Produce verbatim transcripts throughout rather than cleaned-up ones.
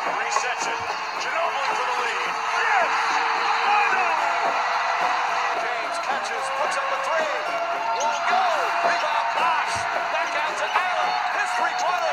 Resets it. Ginobili for the lead. Yes! James catches, puts up the three. Won't go. Rebound pass. Back out to Allen. His three-pointer.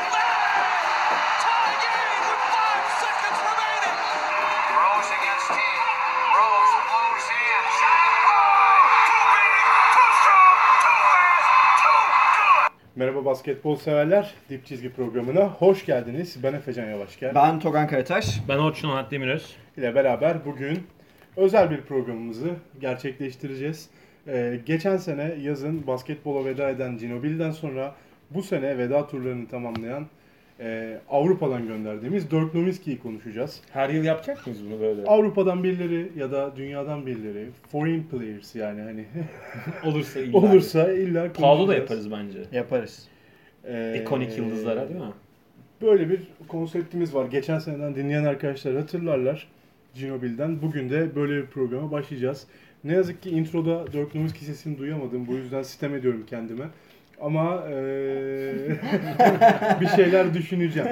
Tie game with five seconds remaining. Rose against team. Rose moves in. Shot. Too big, too strong, too fast, too good. Merhaba basketbol severler, Dip Çizgi programına hoş geldiniz. Ben Efecan Yavaşker. Ben Togan Karataş. Ben Orçun Onat Demiröz. ile beraber bugün özel bir programımızı gerçekleştireceğiz. Ee, geçen sene yazın basketbola veda eden Ginobili'den sonra bu sene veda turlarını tamamlayan e, Avrupa'dan gönderdiğimiz Dirk Nowitzki'yi konuşacağız. Her yıl yapacak mıyız bunu böyle? Avrupa'dan birileri ya da dünyadan birileri, foreign players yani hani Olursa illa. olursa illa konuşacağız. Pahalı da yaparız bence. Yaparız. Ee, İkonik yıldızlara değil mi? Böyle bir konseptimiz var. Geçen seneden dinleyen arkadaşlar hatırlarlar Ginobili'den. Bugün de böyle bir programa başlayacağız. Ne yazık ki introda Dirk Nowitzki sesini duyamadım. Bu yüzden sitem ediyorum kendime. Ama ee, bir şeyler düşüneceğim.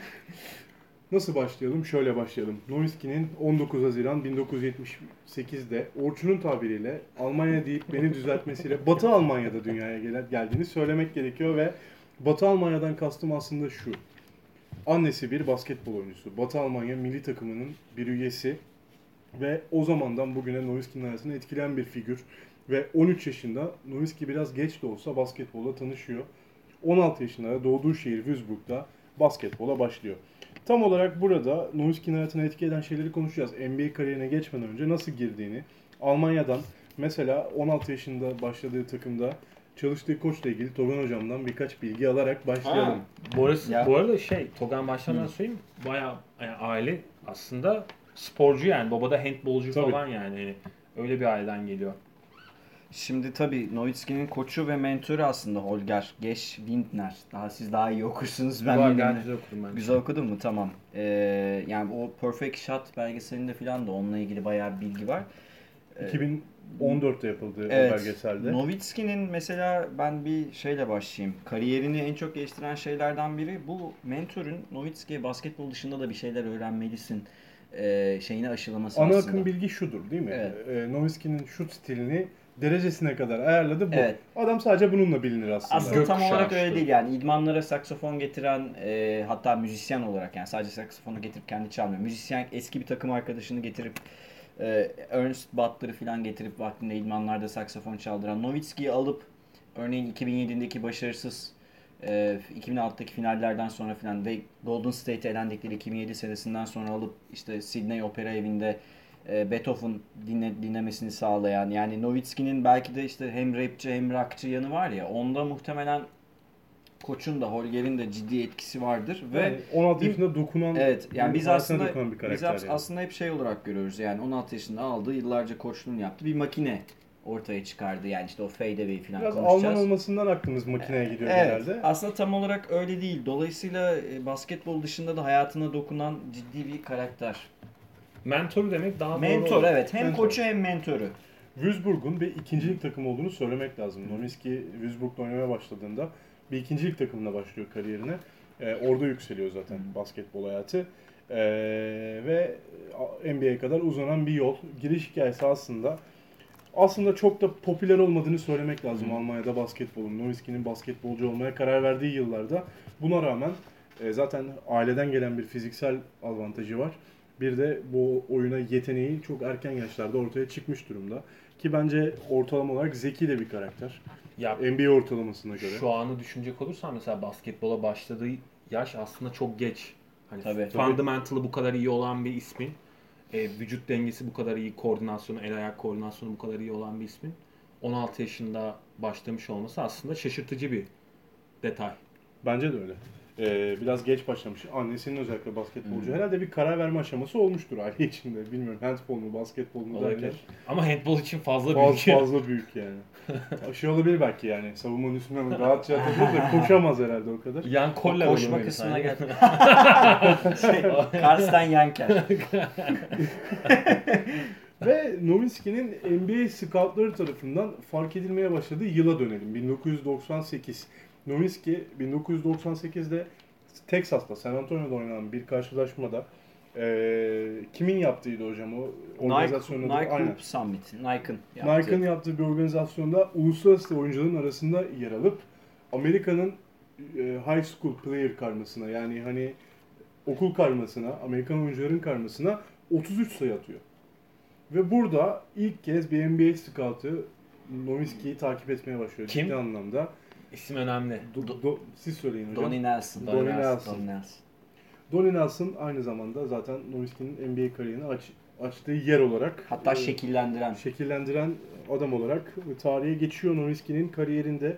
Nasıl başlayalım? Şöyle başlayalım. Nowitzki'nin on dokuz Haziran bin dokuz yüz yetmiş sekizde Orçun'un tabiriyle Almanya deyip beni düzeltmesiyle Batı Almanya'da dünyaya gel- geldiğini söylemek gerekiyor ve Batı Almanya'dan kastım aslında şu. Annesi bir basketbol oyuncusu. Batı Almanya milli takımının bir üyesi ve o zamandan bugüne Nowitzki'nin hayatını etkileyen bir figür. Ve on üç yaşında Nowitzki biraz geç de olsa basketbola tanışıyor. on altı yaşında doğduğu şehir Würzburg'da basketbola başlıyor. Tam olarak burada Nowitzki'nin hayatını etki eden şeyleri konuşacağız. N B A kariyerine geçmeden önce nasıl girdiğini, Almanya'dan mesela on altı yaşında başladığı takımda çalıştığı koçla ilgili Togan hocamdan birkaç bilgi alarak başlayalım. Ha, bu, arası, Ya. bu arada şey, Togan başlamadan söyleyeyim. Bayağı yani aile aslında sporcu yani. Baba da handbolcu Tabii. falan yani. Yani öyle bir aileden geliyor. Şimdi tabii Nowitzki'nin koçu ve mentörü aslında Holger Geschwindner. Daha siz daha iyi okursunuz. Ben Var, bilmiyorum. gayet güzel okudum ben. Güzel okudun mu? Tamam. Ee, yani o Perfect Shot belgeselinde falan da onunla ilgili bayağı bilgi var. Ee, iki bin on dörtte yapıldı o Evet. belgeselde. Nowitzki'nin mesela ben bir şeyle başlayayım. Kariyerini en çok geliştiren şeylerden biri bu mentörün Nowitzki'ye basketbol dışında da bir şeyler öğrenmelisin e, şeyini aşılaması Ana aslında. akım bilgi şudur değil mi? Evet. Ee, Nowitzki'nin şut stilini derecesine kadar ayarladı bu. Evet. Adam sadece bununla bilinir aslında. Aslında Gökkuşağı tam olarak öyle açtı. değil yani idmanlara saksafon getiren e, hatta müzisyen olarak yani sadece saksafonu getirip kendi çalmıyor. Müzisyen eski bir takım arkadaşını getirip e, Ernst Butler'ı falan getirip vaktinde idmanlarda saksafon çaldıran Nowitzki'yi alıp örneğin iki bin yedideki başarısız e, iki bin altıdaki finallerden sonra falan ve Golden State'e elendikleri iki bin yedi senesinden sonra alıp işte Sydney Opera Evi'nde e, Beethoven dinle, dinlemesini sağlayan yani Nowitzki'nin belki de işte hem rapçi hem rockçı yanı var ya onda muhtemelen koçun da Holger'in de ciddi etkisi vardır ve Yani on altı bir- yaşında dokunan, evet yani biz hayatına aslında dokunan bir biz karakter as- yani. aslında hep şey olarak görüyoruz yani on altı yaşında aldı yıllarca koçluğunu yaptı bir makine ortaya çıkardı yani işte o fadeaway falan Biraz konuşacağız. Alman olmasından aklımız makineye gidiyor Evet, genelde. aslında tam olarak öyle değil. Dolayısıyla e, basketbol dışında da hayatına dokunan ciddi bir karakter. Mentor demek daha doğru Mentor olur. evet. Hem Mentor. koçu hem mentörü. Würzburg'un bir ikincilik takımı olduğunu söylemek lazım. Nowitzki Würzburg'da oynamaya başladığında bir ikincilik takımına başlıyor kariyerine. Ee, orada yükseliyor zaten basketbol hayatı. Ee, ve N B A'ye kadar uzanan bir yol. Giriş hikayesi aslında aslında çok da popüler olmadığını söylemek lazım Almanya'da basketbolun. Nowitzki'nin basketbolcu olmaya karar verdiği yıllarda. Buna rağmen e, zaten aileden gelen bir fiziksel avantajı var. Bir de bu oyuna yeteneği çok erken yaşlarda ortaya çıkmış durumda. Ki bence ortalama olarak zeki de bir karakter. Ya N B A ortalamasına göre. şu anı düşünecek olursan mesela basketbola başladığı yaş aslında çok geç. Hani Tabii. fundamental'ı bu kadar iyi olan bir ismin, e, vücut dengesi bu kadar iyi, koordinasyonu, el ayak koordinasyonu bu kadar iyi olan bir ismin on altı yaşında başlamış olması aslında şaşırtıcı bir detay. Bence de öyle. Ee, biraz geç başlamış. Annesinin özellikle basketbolcu. Herhalde bir karar verme aşaması olmuştur aile içinde. Bilmiyorum handball mu, basketbol mu derken. Olabilir. Ama handball için fazla Fazla, büyük. fazla büyük yani. Şey olabilir belki yani. Savunmanın üstünden rahatça atabilir de koşamaz herhalde o kadar. Yan koller Koşma olur kısmına böyle gel. şey, Karsten Yanker. Ve Nowitzki'nin N B A scoutları tarafından fark edilmeye başladığı yıla dönelim. bin dokuz yüz doksan sekiz. Nowitzki bin dokuz yüz doksan sekizde Texas'ta, San Antonio'da oynanan bir karşılaşmada Ee, kimin yaptığıydı hocam o Nike, organizasyonda? Nike Aynen. Hoop Summit. Nike'ın yaptığı. Nike'ın yaptığı bir organizasyonda uluslararası oyuncuların arasında yer alıp Amerika'nın e, high school player karmasına, yani hani okul karmasına, Amerikan oyuncuların karmasına otuz üç sayı atıyor. Ve burada ilk kez bir N B A scout'u Nowitzki'yi takip etmeye başlıyor. Kim? Ciddi anlamda. İsim önemli. Do- do- siz söyleyin hocam. Donnie Nelson. Donnie Nelson. Donnie Nelson. Donnie Nelson aynı zamanda zaten Nowitzki'nin N B A kariyerini aç, açtığı yer olarak, Hatta e, şekillendiren. şekillendiren adam olarak tarihe geçiyor Nowitzki'nin kariyerinde.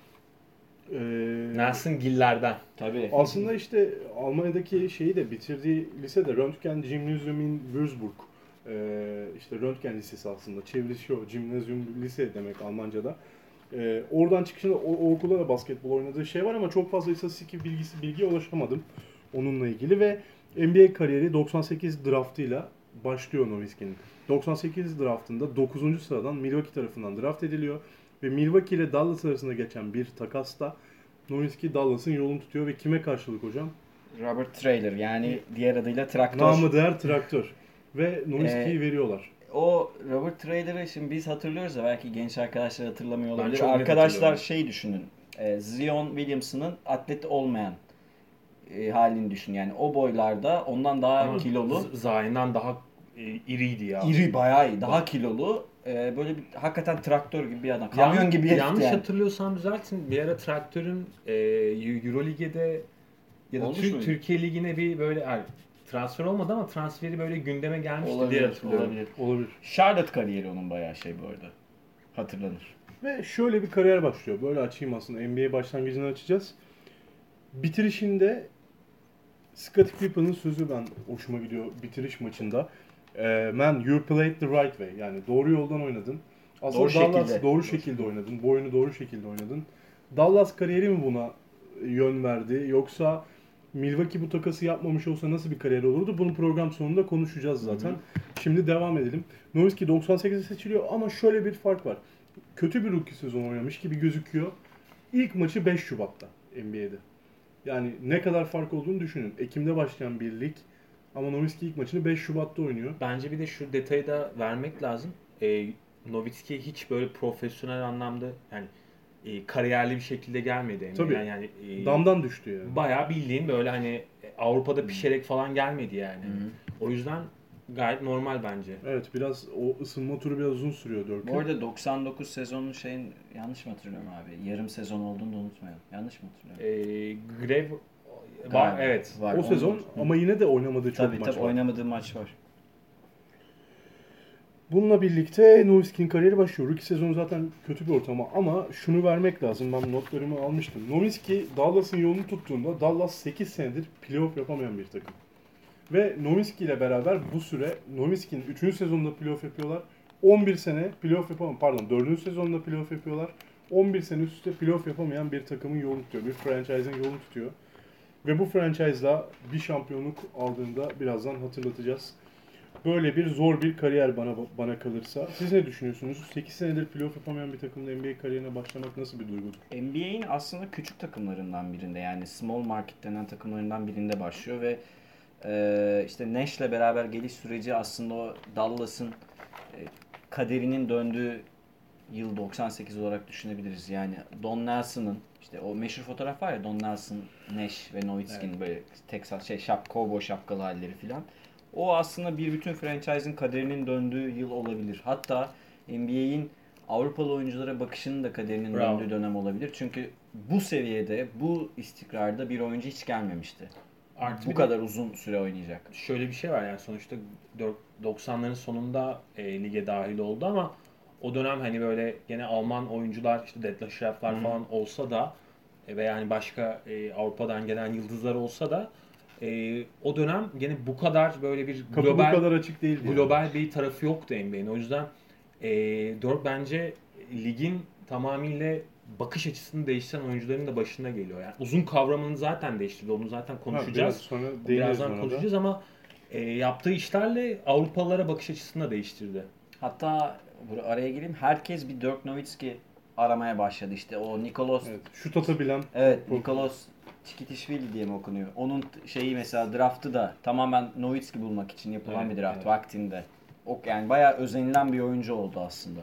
Ee, Nelson Giller'den. Tabii. Aslında işte Almanya'daki şeyi de bitirdiği lise de Röntgen Gymnasium in Würzburg. Ee, işte Röntgen Lisesi aslında. Çevirisi o. Gymnasium lise demek Almanca'da. Ee, oradan çıkışında o, o okulda da basketbol oynadığı şey var ama çok fazla istatistik bilgisi bilgiye ulaşamadım onunla ilgili ve N B A kariyeri doksan sekiz draftıyla başlıyor Nowitzki'nin. doksan sekiz draftında dokuzuncu sıradan Milwaukee tarafından draft ediliyor ve Milwaukee ile Dallas arasında geçen bir takasta Nowitzki Dallas'ın yolunu tutuyor ve kime karşılık hocam? Robert Traylor, yani diğer adıyla traktör. Namı değer traktör. Ve Nowitzki'yi Ee, veriyorlar. O Robert Traylor'ı şimdi biz hatırlıyoruz da belki genç arkadaşlar hatırlamıyor Ben olabilir. çok net Arkadaşlar hatırlıyorum. şey düşünün. E, Zion Williamson'ın atlet olmayan e, halini düşün. Yani o boylarda ondan daha Ama kilolu. Z- Zayn'dan daha e, iriydi ya. İri, bayağı iyi. Daha kilolu. e, böyle bir hakikaten traktör gibi bir adam. Kamyon Yan- gibi bir herif Yanlış yani. hatırlıyorsam düzeltin. Bir ara traktörün e, Euroleague'de ya da Olmuş Tür- muydu? Türkiye Ligi'ne bir böyle yani transfer olmadı ama transferi böyle gündeme gelmişti diye Olabilir, hatırlıyorum. olabilir. Olabilir. Charlotte kariyeri onun bayağı şey bu arada. Hatırlanır. Ve şöyle bir kariyer başlıyor. Böyle açayım aslında. N B A başlangıcını açacağız. Bitirişinde Scottie Pippen'ın sözü ben hoşuma gidiyor bitiriş maçında. Ee, Man, you played the right way. Yani doğru yoldan oynadın. Aslında Doğru Dallas şekilde. doğru şekilde oynadın. Boyunu doğru şekilde oynadın. Dallas kariyeri mi buna yön verdi? Yoksa Milwaukee bu takası yapmamış olsa nasıl bir kariyer olurdu? Bunu program sonunda konuşacağız zaten. Şimdi devam edelim. Nowitzki doksan sekize seçiliyor ama şöyle bir fark var. Kötü bir rookie sezon oynamış gibi gözüküyor. İlk maçı beş Şubat'ta N B A'de. Yani ne kadar fark olduğunu düşünün. Ekim'de başlayan bir lig ama Nowitzki ilk maçını beş Şubat'ta oynuyor. Bence bir de şu detayı da vermek lazım. E, Nowitzki hiç böyle profesyonel anlamda yani e, kariyerli bir şekilde gelmedi. Tabii. Yani, yani e, Damdan düştü yani. bayağı bildiğin böyle hani e, Avrupa'da pişerek falan gelmedi yani. O yüzden gayet normal bence. Evet, biraz o ısınma turu biraz uzun sürüyor Dörk'ün. Bu arada doksan dokuz sezonun şeyin yanlış mı hatırlıyorum abi? Yarım sezon olduğunu da unutmayalım. Yanlış mı hatırlıyorum? E, Grev var, Galiba evet. var. O Onu sezon unutmayalım. ama yine de oynamadığı çok Tabii maç tabii var. oynamadığı maç var. Bununla birlikte Nowitzki'nin kariyeri başlıyor. Rookie sezonu zaten kötü bir ortama ama şunu vermek lazım. Ben notlarımı almıştım. Nowitzki Dallas'ın yolunu tuttuğunda Dallas sekiz senedir playoff yapamayan bir takım. Ve Nowitzki ile beraber bu süre Nowitzki'nin üçüncü sezonunda playoff yapıyorlar. on bir sene playoff yapamayan, pardon dördüncü sezonunda playoff yapıyorlar. on bir sene üst üste playoff yapamayan bir takımın yolunu tutuyor. Bir franchise'ın yolunu tutuyor. Ve bu franchise'la bir şampiyonluk aldığında birazdan hatırlatacağız. Böyle bir zor bir kariyer bana bana kalırsa. Siz ne düşünüyorsunuz? sekiz senedir playoff yapamayan bir takımda N B A kariyerine başlamak nasıl bir duygudur? N B A'in aslında küçük takımlarından birinde, yani small market denen takımlarından birinde başlıyor ve e, işte Nash'le beraber geliş süreci aslında o Dallas'ın e, kaderinin döndüğü yıl doksan sekiz olarak düşünebiliriz. Yani Don Nelson'ın işte o meşhur fotoğraf var ya, Don Nelson, Nash ve Nowitzki'nin böyle Texas şey şap kovboy şapkalı halleri filan. O aslında bir bütün franchise'ın kaderinin döndüğü yıl olabilir. Hatta N B A'in Avrupalı oyunculara bakışının da kaderinin Bravo. döndüğü dönem olabilir. Çünkü bu seviyede, bu istikrarda bir oyuncu hiç gelmemişti. Artı Bu bir de kadar uzun süre oynayacak. şöyle bir şey var yani sonuçta doksanların sonunda e, lige dahil oldu ama o dönem hani böyle gene Alman oyuncular işte Detlef Schrempfler falan olsa da e, ve yani başka e, Avrupa'dan gelen yıldızlar olsa da e, o dönem gene bu kadar böyle bir Kapı global bu kadar açık değildi. yani. global bir tarafı yoktu N B A'nin. O yüzden e, Dirk bence ligin tamamıyla bakış açısını değiştiren oyuncuların da başında geliyor. Yani uzun kavramını zaten değiştirdi. Onu zaten Ha, konuşacağız. biraz sonra değiniriz Birazdan ona da. konuşacağız ama e, yaptığı işlerle Avrupalılara bakış açısını da değiştirdi. Hatta buraya araya gireyim. Herkes bir Dirk Nowitzki aramaya başladı. İşte o Nikolos Evet, şut atabilen Evet, Nikolos Çikitişvili diye mi okunuyor? Onun t- şeyi mesela draftı da tamamen Nowitzki bulmak için yapılan Evet, bir draft evet. vaktinde. O yani bayağı özenilen bir oyuncu oldu aslında.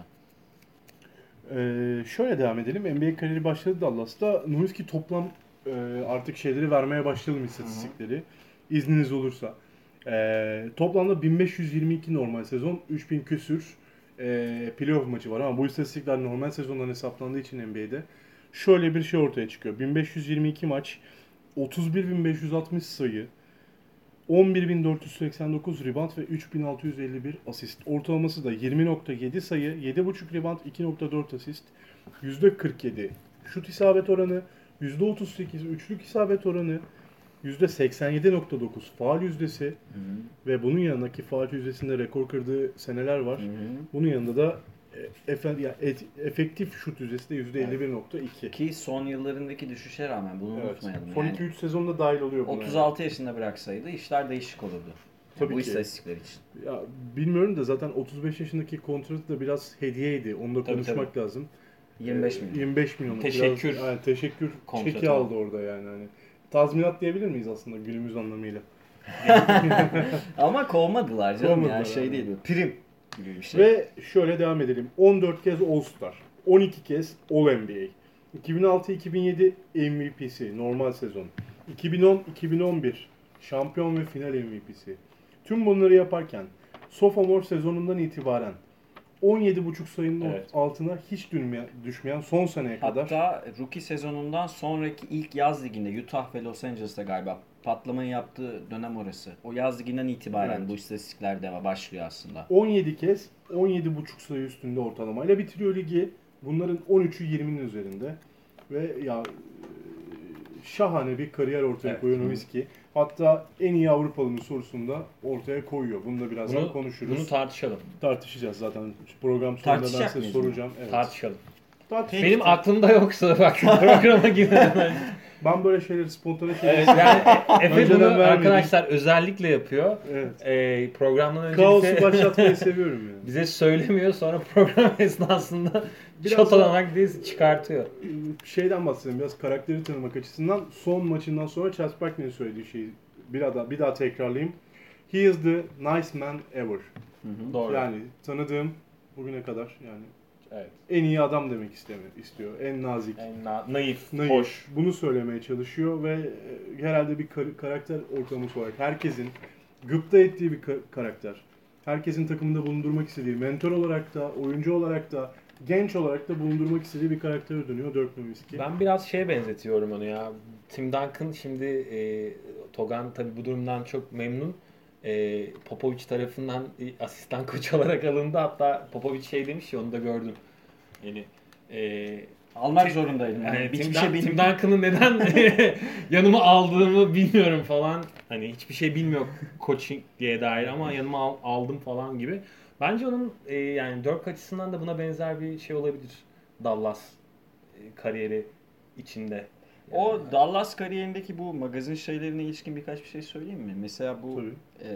Ee, şöyle devam edelim. N B A kariyeri başladı Dallas'ta. Nowitzki toplam e, artık şeyleri vermeye başlayalım, istatistikleri. İzniniz olursa. Ee, toplamda bin beş yüz yirmi iki normal sezon, üç bin küsür e, playoff maçı var ama bu istatistikler normal sezondan hesaplandığı için N B A'de şöyle bir şey ortaya çıkıyor. bin beş yüz yirmi iki maç, otuz bir bin beş yüz altmış sayı, on bir bin dört yüz seksen dokuz rebound ve üç bin altı yüz elli bir asist. Ortalaması da yirmi nokta yedi sayı, yedi buçuk rebound, iki nokta dört asist, yüzde kırk yedi şut isabet oranı, yüzde otuz sekiz üçlük isabet oranı, yüzde seksen yedi nokta dokuz faul yüzdesi ve bunun yanındaki faul yüzdesinde rekor kırdığı seneler var. Bunun yanında da e, efe- ya, et- efektif şut yüzdesi de yüzde elli bir nokta iki. Ki son yıllarındaki düşüşe rağmen bunu Evet. unutmayalım. Son Yani iki üç sezonda dahil oluyor buna. otuz altı yaşında bıraksaydı işler değişik olurdu. Yani Tabii bu ki. istatistikler için. Ya bilmiyorum da zaten otuz beş yaşındaki kontratı da biraz hediyeydi. Onu da Tabii, konuşmak lazım. yirmi beş Ee, milyon. yirmi beş milyon. Teşekkür Biraz, yani teşekkür kontratı çeki aldı. aldı orada yani. Hani tazminat diyebilir miyiz aslında günümüz anlamıyla? Ama kovmadılar canım Kovmadılar yani şey abi. değil bu. Prim gibi bir şey. Ve şöyle devam edelim. on dört kez All-Star, on iki kez All-N B A, iki bin altı iki bin yedi M V P'si normal sezon, iki bin on iki bin on bir şampiyon ve final M V P'si. Tüm bunları yaparken sophomore sezonundan itibaren on yedi buçuk sayının Evet. altına hiç düşmeyen, düşmeyen son seneye kadar Hatta rookie sezonundan sonraki ilk yaz liginde Utah ve Los Angeles'ta galiba patlamayı yaptığı dönem orası. O yaz liginden itibaren Evet. bu istatistikler de başlıyor aslında. on yedi kez on yedi buçuk sayı üstünde ortalamayla bitiriyor ligi. Bunların on üçü yirminin üzerinde. Ve ya e, şahane bir kariyer ortaya Evet. koyuyor Nowitzki. Hatta en iyi Avrupalı mı sorusunda ortaya koyuyor. Bunu da birazdan Bunu, konuşuruz. bunu tartışalım. Tartışacağız zaten. Program sonunda ben Tartışacak size mıyız soracağım. Evet. Tartışalım. Tartış- Benim aklımda yoksa bak programa girmeden. Ben böyle şeyleri spontane şeyleri Evet, yani E- Efe Önceden bunu vermedik. arkadaşlar özellikle yapıyor. Evet. Ee, programdan önce Kaosu bize, başlatmayı seviyorum yani. bize söylemiyor, sonra program esnasında Biraz çatalanak diye çıkartıyor. Şeyden bahsedelim biraz karakteri tanımak açısından. Son maçından sonra Charles Barkley'nin söylediği şeyi bir daha, bir daha tekrarlayayım. He is the nice man ever. Doğru. Yani tanıdığım bugüne kadar yani Evet. en iyi adam demek istemiyor, istiyor. En nazik, En na- naif, naif. hoş. Bunu söylemeye çalışıyor ve e, herhalde bir kar- karakter ortalaması olarak herkesin gıpta ettiği bir ka- karakter. Herkesin takımında bulundurmak istediği, mentor olarak da, oyuncu olarak da, genç olarak da bulundurmak istediği bir karaktere dönüyor Dirk Nowitzki. Ben biraz şeye benzetiyorum onu ya. Tim Duncan şimdi e, Togan tabii bu durumdan çok memnun. E, Popovic tarafından e, asistan koç olarak alındı. Hatta Popovic şey demiş ya, onu da gördüm. Yani e, Almak Tim- zorundaydım. Yani. Yani Hiçbir Tim, şey Dun- benim. Tim Duncan'ın neden yanıma aldığımı bilmiyorum falan. Hani hiçbir şey bilmiyor coaching'e dair ama yanıma al- aldım falan gibi. Bence onun e, yani Dirk açısından da buna benzer bir şey olabilir. Dallas e, kariyeri içinde. O Yani- Dallas kariyerindeki bu magazin şeylerine ilişkin birkaç bir şey söyleyeyim mi? Mesela bu Tabii. eee,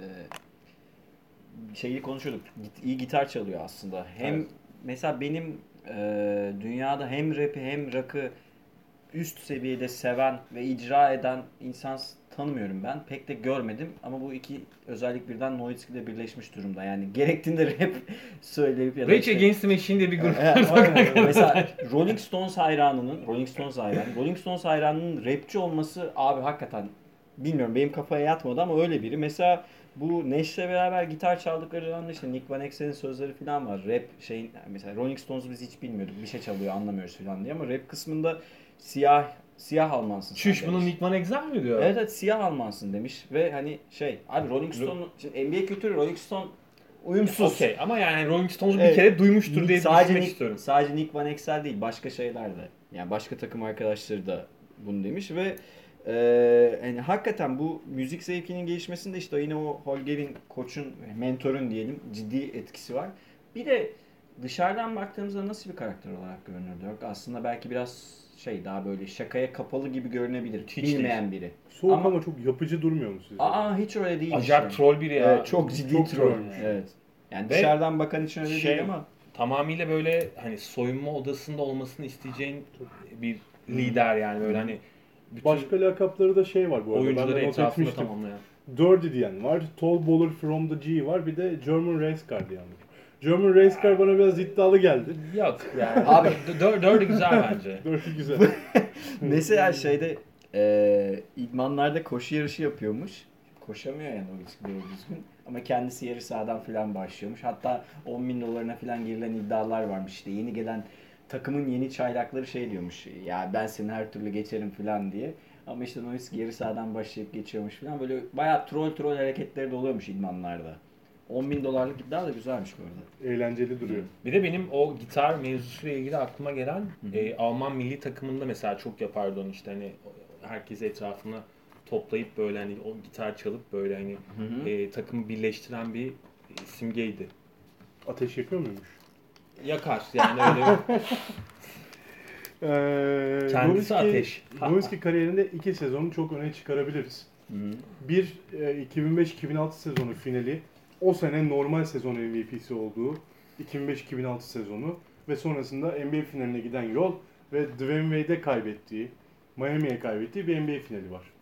şeyi konuşuyorduk. Git- İyi gitar çalıyor aslında. Hem Evet. mesela benim eee, dünyada hem rap'i hem rock'ı üst seviyede seven ve icra eden insan s- tanımıyorum ben. Pek de görmedim ama bu iki özellik birden Nowitzki'de birleşmiş durumda. Yani gerektiğinde rap söyleyip ya da Rage işte- Against the Machine diye bir grup Evet, var. aynen. mesela Rolling Stones hayranının, Rolling Stones hayranı, Rolling Stones hayranının rapçi olması abi hakikaten bilmiyorum benim kafaya yatmadı ama öyle biri. Mesela bu Nash'le beraber gitar çaldıkları anda işte Nick Van Excel'in sözleri falan var. Rap şeyin yani mesela Rolling Stones'u biz hiç bilmiyorduk. Bir şey çalıyor anlamıyoruz falan diye ama rap kısmında siyah siyah Almansın. sen Çüş bunu demiş. Nick Van Exel mi diyor? Evet evet siyah Almansın demiş ve hani şey abi Rolling Stone şimdi N B A kültürü Rolling Stone uyumsuz. Okey ama yani Rolling Stones'u Evet. bir kere duymuştur diye sadece düşünmek Nick, istiyorum. Sadece Nick Van Exel değil, başka şeyler de. Yani başka takım arkadaşları da bunu demiş ve e, yani hakikaten bu müzik zevkinin gelişmesinde işte yine o Holger'in, koçun, mentorun diyelim ciddi etkisi var. Bir de dışarıdan baktığımızda nasıl bir karakter olarak görünür Dirk? Aslında belki biraz şey daha böyle şakaya kapalı gibi görünebilir. Hiç Bilmeyen biri. Soğuk Ama- ama, çok yapıcı durmuyor mu sizce? Aa hiç öyle değil. Acayip işte. troll biri ya. Evet, çok ciddi Çok troll. troll. Evet. Yani Ve dışarıdan bakan için öyle şey- değil ama Tamamıyla böyle hani soyunma odasında olmasını isteyeceğin bir lider yani böyle hani bütün Başka lakapları da şey var bu arada. oyuncuları Ben de not etrafında etmiştim. tamamlayan. Dirty diyen var. Tall Bowler from the G var. Bir de German Race Car diyen var. German Race Car bana biraz iddialı geldi. Yok yani. Abi- dör, dördü güzel bence. Dirty güzel. Mesela şeyde e, idmanlarda koşu yarışı yapıyormuş. Koşamıyor yani o risk doğru düzgün. Ama kendisi yarı sahadan falan başlıyormuş. Hatta on bin dolarına falan girilen iddialar varmış. İşte yeni gelen takımın yeni çaylakları şey diyormuş. Ya ben seni her türlü geçerim falan diye. Ama işte Nowitzki yarı sahadan başlayıp geçiyormuş falan. Böyle bayağı troll troll hareketleri de oluyormuş idmanlarda. on bin dolarlık iddia da güzelmiş bu arada. Eğlenceli duruyor. Bir de benim o gitar mevzusuyla ilgili aklıma gelen e, Alman milli takımında mesela çok yapardı onu işte hani herkesi etrafına toplayıp böyle hani o gitar çalıp böyle hani Hı hı. e, takımı birleştiren bir simgeydi. Ateş yakıyor muymuş? Yakar yani öyle Ee, Kendisi Nowitzki- ateş. Nowitzki kariyerinde iki sezonu çok öne çıkarabiliriz. Hı hı. Bir e, iki bin beş iki bin altı sezonu finali, o sene normal sezon M V P'si olduğu iki bin beş iki bin altı sezonu ve sonrasında N B A finaline giden yol ve Dwayne Wade'e kaybettiği, Miami'ye kaybettiği bir N B A finali var.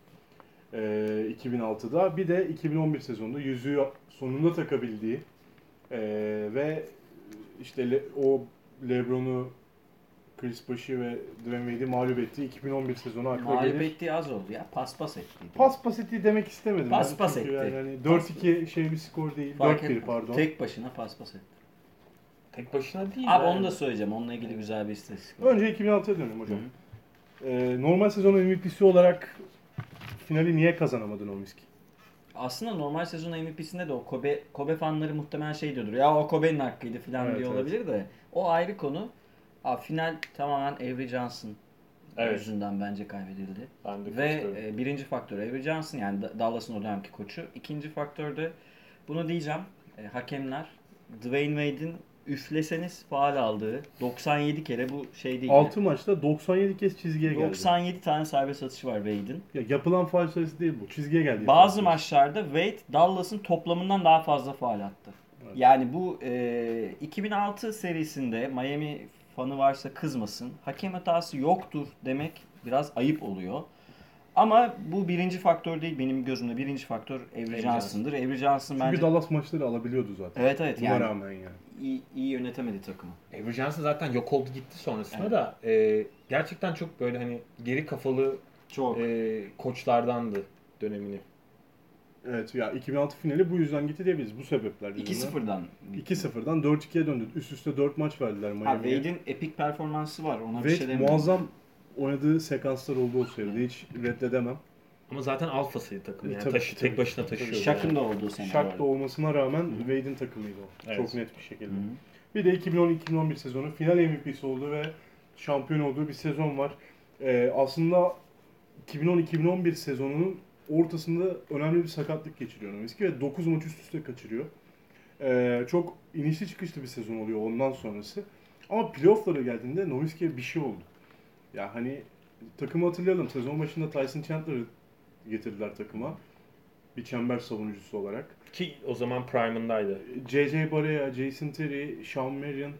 Ee, iki bin altıda bir de iki bin on bir sezonunda yüzüğü sonunda takabildiği e, ve işte Le- o LeBron'u, Chris Bosh'u ve Dwayne Wade'i mağlup ettiği iki bin on bir sezonu akla Mağlup gelir. ettiği az oldu ya. Paspas etti. Pas pas ettiği demek istemedim. Pas ben. pas Çünkü etti. Yani hani dört iki şey bir skor değil. Fark dört bir etmez. pardon. Tek başına paspas etti. tek başına değil. Abi yani. onu da söyleyeceğim. Onunla ilgili güzel bir istatistik var. Önce iki bin altıya dönelim hocam. Hı. Ee, normal sezon M V P'si olarak finali niye kazanamadı Nowitzki? Aslında normal sezon M V P'sinde de o Kobe Kobe fanları muhtemelen şey diyordur. Ya o Kobe'nin hakkıydı falan Evet, diyor evet. olabilir de. O ayrı konu. Abi, final tamamen Avery Johnson Evet. yüzünden bence kaybedildi. Ben de Ve katılıyorum. e, birinci faktör Avery Johnson yani Da- Dallas'ın o dönemki koçu. İkinci faktör de bunu diyeceğim. E, hakemler Dwayne Wade'in üfleseniz faul aldığı doksan yedi kere bu şey değil. altı maçta doksan yedi kez çizgiye geldi. doksan yedi tane serbest atışı var Wade'in. Ya yapılan faul sayısı değil bu. Çizgiye geldi. Bazı yapılan maçlarda Wade Dallas'ın toplamından daha fazla faul attı. Evet. Yani bu e, iki bin altı serisinde Miami fanı varsa kızmasın. Hakem hatası yoktur demek biraz ayıp oluyor. Ama bu birinci faktör değil benim gözümde. Birinci faktör Avery Avery Johnson'dır. Avery Johnson Çünkü bence Dallas maçları alabiliyordu zaten. evet evet Buna yani rağmen yani. iyi, iyi yönetemedi takımı. Avery Johnson zaten yok oldu gitti sonrasında Evet. da e, gerçekten çok böyle hani geri kafalı Çok. e, koçlardandı dönemini. Evet ya iki bin altı finali bu yüzden gitti diyebiliriz. Bu sebepler iki yüzünden. sıfırdan. iki sıfırdan dört ikiye döndü. Üst üste dört maç verdiler Ha, Miami'ye. Wade'in epik performansı var. Ona bir Wade şey demiyorum. muazzam oynadığı sekanslar oldu o seride. Hiç reddedemem. Ama zaten alfasıydı takım E, yani tabii, taşı, tabii. tek başına taşıyordu. Şak'ın da olduğu sene. bu Şak da arada. olmasına rağmen Wade'in takımıydı o. Evet. Çok net bir şekilde. Hı hı. Bir de iki bin on iki on bir sezonu final M V P'si oldu ve şampiyon olduğu bir sezon var. Ee, aslında iki bin on iki on bir sezonunun ortasında önemli bir sakatlık geçiriyor Nowitzki ve dokuz maç üst üste kaçırıyor. Ee, çok inişli çıkışlı bir sezon oluyor ondan sonrası. Ama playoff'lara geldiğinde Nowitzki'ye bir şey oldu. Ya hani takımı hatırlayalım. Sezon başında Tyson Chandler'ı getirdiler takıma. Bir çember savunucusu olarak. Ki o zaman prime'ındaydı. J J Barea, Jason Terry, Shawn Marion,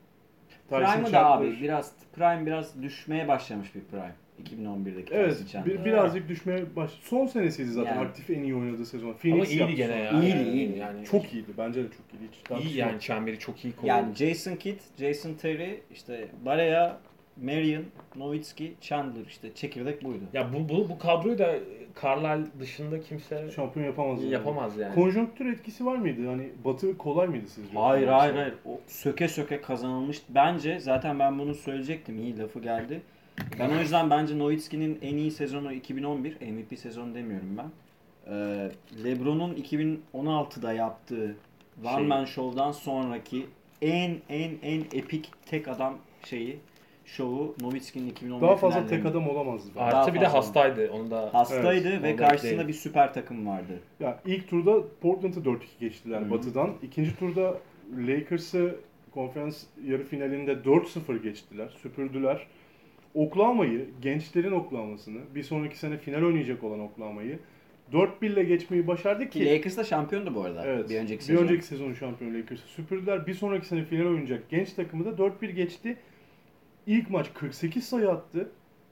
Tyson Prime'ı da Chandler. abi biraz Prime biraz düşmeye başlamış bir Prime. iki bin on birdeki Evet, Tyson Chandler. bir, birazcık düşmeye baş. Son senesiydi zaten Yani. aktif en iyi oynadığı sezon. Ama Phoenix iyiydi yaptı gene sonra. ya. İyiydi, Yani- iyiydi. Yani Çok iyiydi. Bence de çok iyiydi. Hiç iyi tartışma yani yok. çemberi çok iyi korudu. Yani Jason Kidd, Jason Terry, işte Barea, Marion, Nowitzki, Chandler işte çekirdek buydu. Ya bu, bu, bu kadroyu da Carlisle dışında kimse Şampiyon yapamaz. yani. yapamaz yani. Konjonktür etkisi var mıydı? Hani Batı kolay mıydı sizce? Hayır hayır hayır. O söke söke kazanılmış. Bence zaten ben bunu söyleyecektim. İyi lafı geldi. Ben o yüzden bence Nowitzki'nin en iyi sezonu iki bin on bir. M V P sezonu demiyorum ben. Ee, LeBron'un iki bin on altıda yaptığı One Şey. Man Show'dan sonraki en en en epik tek adam şeyi şovu Nowitzki'nin iki bin on bir Daha fazla finallerinde. tek adam olamazdı. bence. Artı Daha bir de fazla. hastaydı. Onu da Hastaydı Evet, ve onu da karşısında ekleyelim. bir süper takım vardı. Ya ilk turda Portland'ı dört iki geçtiler Hı hı. Batı'dan. İkinci turda Lakers'ı konferans yarı finalinde dört sıfır geçtiler. Süpürdüler. Oklahoma'yı, gençlerin Oklahoma'sını, bir sonraki sene final oynayacak olan Oklahoma'yı dört bir ile geçmeyi başardı Ki ki Lakers da şampiyondu bu arada. evet, Bir önceki bir sezon. önceki sezon şampiyonu Lakers'ı süpürdüler. Bir sonraki sene final oynayacak genç takımı da dört bir geçti. İlk maç kırk sekiz sayı attı.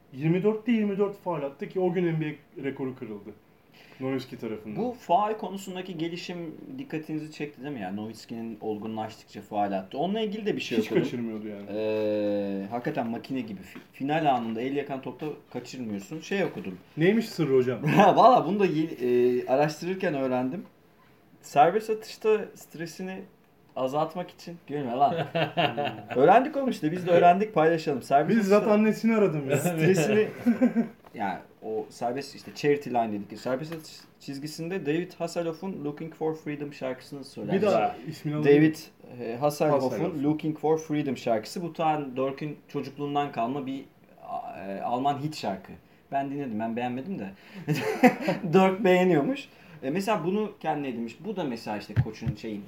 yirmi dörtte yirmi dört faul attı ki o gün N B A rekoru kırıldı. Nowitzki tarafından. Bu faul konusundaki gelişim dikkatinizi çekti değil mi ya? Nowitzki'nin olgunlaştıkça faul attı. Onunla ilgili de bir şey hiç okudum. kaçırmıyordu yani. Ee, hakikaten makine gibi. Fi- Final anında el yakan topta kaçırmıyorsun. Şey okudum. Neymiş sırrı hocam? Valla bunu da ye- e, araştırırken öğrendim. Serbest atışta stresini azaltmak için. Gülme lan. Öğrendik oğlum işte. Biz de öğrendik, paylaşalım. Serbest Bizzat atışta annesini aradım ya. stresini yani o serbest işte charity line dedik. Serbest atış çizgisinde David Hasselhoff'un Looking for Freedom şarkısını söyler. Bir daha ismini alayım. David e, Hasselhoff'un Hasselhoff. Looking for Freedom şarkısı. Bu tane Dirk'ün çocukluğundan kalma bir e, Alman hit şarkı. Ben dinledim, ben beğenmedim de. Dirk beğeniyormuş. E, mesela bunu kendine edinmiş. Bu da mesela işte koçun şeyin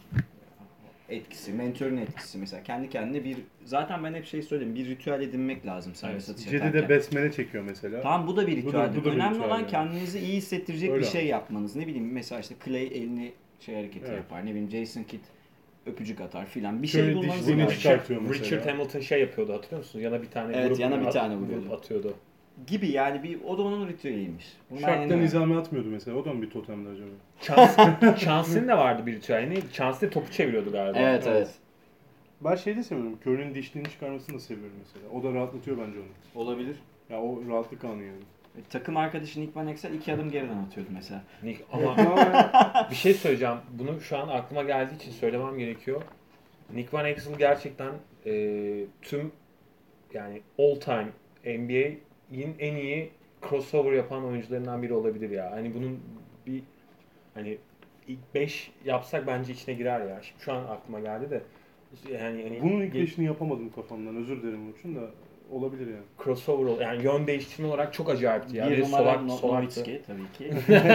etkisi, mentörün etkisi mesela. Kendi kendine bir, zaten ben hep şey söyleyeyim, bir ritüel edinmek lazım serbest atış Cedi atarken. de besmele çekiyor mesela. Tamam, bu da bir Bu da- ritüel. bu da bir Önemli ritüel olan yani. kendinizi iyi hissettirecek Öyle. bir şey yapmanız. Ne bileyim mesela işte Clay elini şey hareketi Evet. yapar. Ne bileyim Jason Kidd öpücük atar filan. Bir Şöyle şey bulmanız dişlerini lazım. çıkartıyor mesela. Richard Hamilton şey yapıyordu, hatırlıyor musun? Yana bir tane Evet, vurup, yana bir at- tane vurup vuruyordu. atıyordu. Gibi yani, bir o da onun ritüeliymiş. Bunu ben Şarktan yeni- nizami atmıyordu mesela. O da mı bir totemdi acaba? Chance- Chance'in de vardı bir ritüeli. Ne? Chance de topu çeviriyordu galiba. Evet evet. Ben şeyi de seviyorum. Curry'nin dişliğini çıkarmasını da seviyorum mesela. O da rahatlatıyor bence onu. Olabilir. Ya o rahatlık anı yani. E, takım arkadaşı Nick Van Exel iki adım geriden atıyordu mesela. Nick, ama bir şey söyleyeceğim. Bunu şu an aklıma geldiği için söylemem gerekiyor. Nick Van Exel gerçekten e, tüm yani all time N B A'in en iyi crossover yapan oyuncularından biri olabilir ya. Hani bunun bir hani ilk beş yapsak bence içine girer ya. Şimdi şu an aklıma geldi de yani hani Bunun ilk ge- beşini yapamadım kafamdan. Özür dilerim bunun için de olabilir yani. crossover ol- yani yön değiştirme olarak çok acayipti ya. bir Ve numara solak, No- solaktı. Nowitzki tabii ki.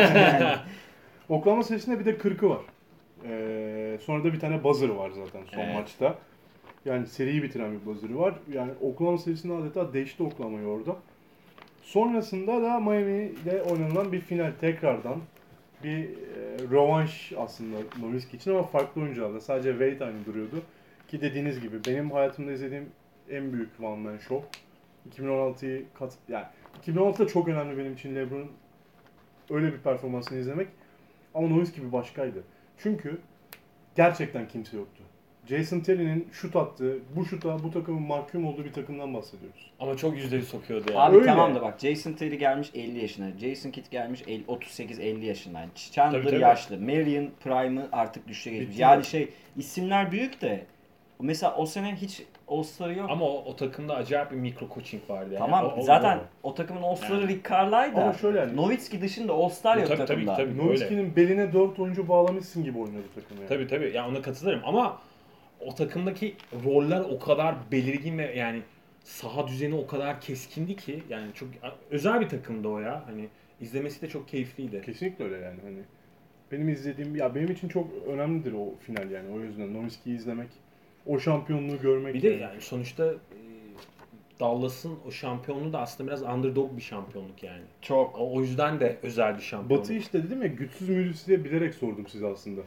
Oklahoma serisinde bir de kırkı var. Ee, sonra da bir tane buzzer var zaten son Evet. maçta. Yani seriyi bitiren bir buzzer'ı var. Yani Oklahoma serisinde adeta değişti Oklahoma'yı orada. Sonrasında da Miami'de oynanan bir final tekrardan. Bir e, rövanş aslında Nowitzki için ama farklı oyuncularla. Sadece Wade aynı duruyordu. Ki dediğiniz gibi benim hayatımda izlediğim en büyük one man show. iki bin on altıyı kat yani iki bin on altıda çok önemli benim için LeBron'un öyle bir performansını izlemek. Ama Nowitzki bir başkaydı. Çünkü gerçekten kimse yoktu. Jason Terry'nin şut attığı, bu şuta bu takımın mahkum olduğu bir takımdan bahsediyoruz. Ama çok yüzdeli sokuyordu ya. Abi Öyle. tamam da bak, Jason Terry gelmiş elli yaşına. Jason Kidd gelmiş el- otuz sekiz elli yaşında. Yani Chandler Tabii, tabii. yaşlı. Marion Prime'ı artık düşüşe geçmiş. Bitti Yani mi? şey, isimler büyük de mesela o sene hiç All-Star'ı yok. Ama o, o takımda acayip bir mikro coaching vardı yani. Tamam, O- o- zaten o- o takımın All-Star'ı Yani. Rick Carlisle Ama da. şöyle yani. Nowitzki dışında All-Star yok Tabii, tabii, takımda. tabii. Nowitzki'nin beline dört oyuncu bağlamışsın gibi oynadı takım yani. Tabii tabii. Ya ona katılırım ama o takımdaki roller o kadar belirgin ve yani saha düzeni o kadar keskindi ki yani çok özel bir takımdı o ya. Hani izlemesi de çok keyifliydi. Kesinlikle öyle yani. Hani benim izlediğim, ya benim için çok önemlidir o final yani. O yüzden Nowitzki'yi izlemek, o şampiyonluğu görmek. Bir de yani sonuçta e, Dallas'ın o şampiyonluğu da aslında biraz underdog bir şampiyonluk yani. Çok. O, o yüzden de özel bir şampiyonluk. Batı işte dedim ya, güçsüz müydüsü diye bilerek sordum size aslında.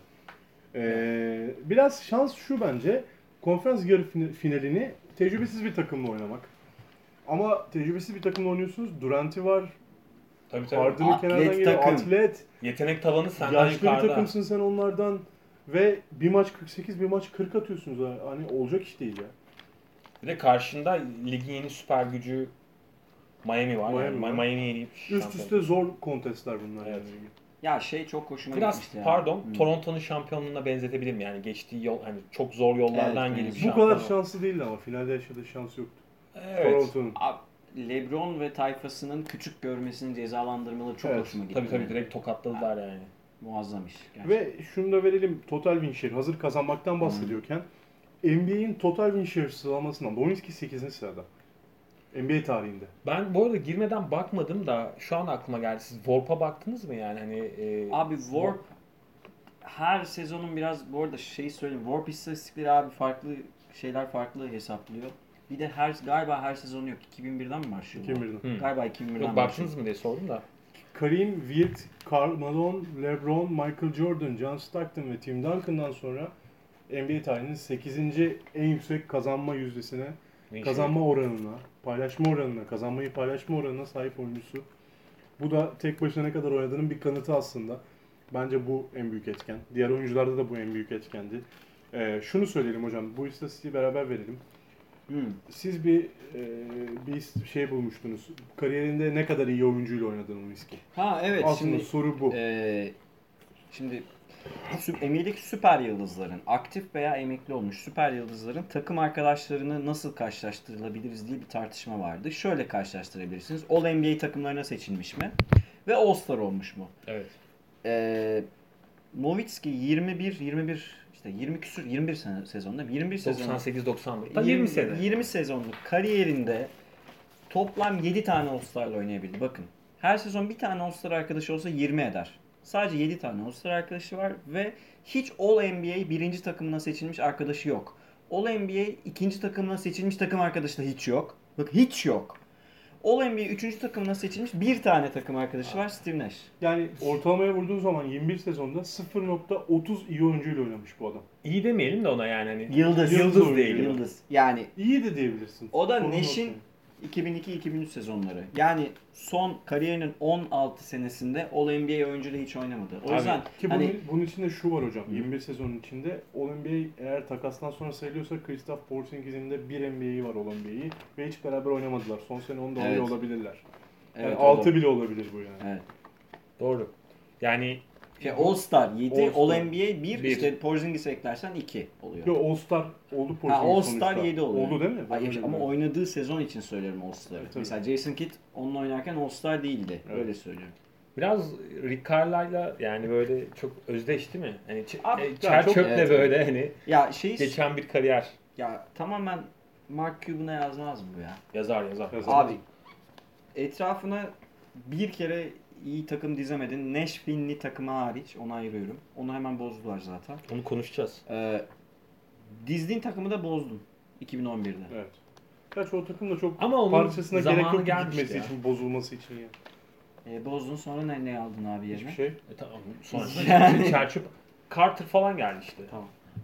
Ee, biraz şans şu bence, konferans yarı fin- finalini tecrübesiz bir takımla oynamak. Ama tecrübesiz bir takımla oynuyorsunuz. Durant'i var, Tabii tabii. Harden'ın Atlet kenardan geliyor, takım. atlet. Yetenek tavanı senden Yaşlı bir yukarıda. takımsın sen onlardan. Ve bir maç kırk sekiz, bir maç kırk atıyorsunuz. ha. Hani olacak iş değil ya. Bir de karşında ligin yeni süper gücü Miami var. Miami yani. var. Miami'yi yenip Üst şampiyon. üste zor kontestler bunlar. Evet. Yani. Ya şey çok hoşuma Biraz gitmişti ya. pardon, Hmm. Toronto'nun şampiyonluğuna benzetebilirim yani geçtiği yol hani çok zor yollardan Evet, gelip evet. Bu şampiyon. kadar şanslı değildi ama finalde yaşadığı şans yoktu. Evet. Toronto'nun. Abi, LeBron ve tayfasının küçük görmesinin cezalandırmaları çok Evet. hoşuma gitti. Tabii tabii benim. direkt tokatladılar yani. Muazzam iş. Gerçekten. Ve şunu da verelim, total win share hazır kazanmaktan bahsediyorken N B A'in total win share sıralamasından Nowitzki sekizinci sırada. N B A tarihinde. Ben bu arada girmeden bakmadım da şu an aklıma geldi. Siz Warp'a baktınız mı yani hani? E, Abi Warp her sezonun biraz, bu arada şey söyleyeyim, Warp istatistikleri abi farklı şeyler farklı hesaplıyor. Bir de her galiba her sezonu yok. iki bin birden mi başlıyor? iki bin birden. Hı. Galiba iki bin birden Yok, baktınız mı diye sordum da. Kareem, Wilt, Karl Malone, LeBron, Michael Jordan, John Stockton ve Tim Duncan'dan sonra N B A tarihinin sekizinci en yüksek kazanma yüzdesine kazanma oranına, paylaşma oranına, kazanmayı paylaşma oranına sahip oyuncusu. Bu da tek başına ne kadar oynadığının bir kanıtı aslında. Bence bu en büyük etken. Diğer oyuncularda da bu en büyük etkendi. Ee, şunu söyleyelim hocam, bu istatistiği beraber verelim. Hmm. Siz bir e, bir şey bulmuştunuz. Kariyerinde ne kadar iyi oyuncuyla oynadığını Nowitzki. Ha evet, Aslında şimdi soru bu. e, şimdi sü- N B A'deki süper yıldızların, aktif veya emekli olmuş süper yıldızların takım arkadaşlarını nasıl karşılaştırılabiliriz diye bir tartışma vardı. Şöyle karşılaştırabilirsiniz. All N B A takımlarına seçilmiş mi? Ve All-Star olmuş mu? Evet. Ee, Nowitzki yirmi bir yirmi bir işte yirmi küsur yirmi bir sene sezonda yirmi bir sezon doksan sekiz doksan bir. yirmi, yirmi sene. yirmi sezonluk kariyerinde toplam yedi tane All-Star'la oynayabildi. Bakın. Her sezon bir tane All-Star arkadaşı olsa yirmi eder. Sadece yedi tane All-Star arkadaşı var ve hiç All-N B A birinci takımına seçilmiş arkadaşı yok. All-N B A ikinci takımına seçilmiş takım arkadaşı da hiç yok. Bak hiç yok. All-N B A üçüncü takımına seçilmiş bir tane takım arkadaşı var, Steve Nash. Yani ortalamaya vurduğu zaman yirmi bir sezonda sıfır nokta otuz iyi oyuncuyla oynamış bu adam. İyi demeyelim de ona yani hani. Yıldız. Yıldız Yıldız değil. Yıldız. Yani İyi de diyebilirsin. o da Sorun Nash'in yok iki bin iki iki bin üç sezonları. Yani son kariyerinin on altı senesinde All-N B A oyuncuyla hiç oynamadı. O Abi, yüzden Ki bunun, hani bunun içinde şu var hocam. yirmi bir sezonun içinde All-N B A eğer takastan sonra sayılıyorsa Kristaps Porzingis'in de bir N B A'yi var All-N B A'yi ve hiç beraber oynamadılar. Son sene onu da Evet. alıyor olabilirler. Yani evet, altı o da- bile olabilir bu yani. Evet. Doğru. Yani Şey, All-Star yedi, All-Star. All-N B A bir, Bir. işte Porzingis'i eklersen iki oluyor. Yo All-Star oldu Ha, Porzingis All-Star sonuçta. yedi oluyor. Oldu değil mi? Ben Hayır, öyle ama biliyorum. oynadığı sezon için söylüyorum All-Star'ı. Tabii. Mesela Jason Kidd onunla oynarken All-Star değildi. Evet. Öyle söylüyorum. biraz Rick Carlisle'la yani böyle çok özdeş değil mi? Hani ç- Abi, e, ya çer çok- çöple evet. böyle hani Ya şey geçen bir kariyer ya tamamen Mark Cuban'a yazmaz mı bu ya? yazar yazar. Yazar. Abi etrafına bir kere iyi takım dizemedin. Nash Finley takımı hariç onu ayırıyorum. Onu hemen bozdular zaten. Onu konuşacağız. Ee, dizdiğin takımı da bozdun iki bin on birde. Evet. Gerçi o takım da çok Ama onun parçasına gerek zamanı yok gelmişti gitmesi ya. için, bozulması için yani. Ee, bozdun sonra ne, ne aldın abi yerine? Hiçbir şey. E, tamam. Sonrasında Yani. çer çöp Carter falan geldi işte. Tamam.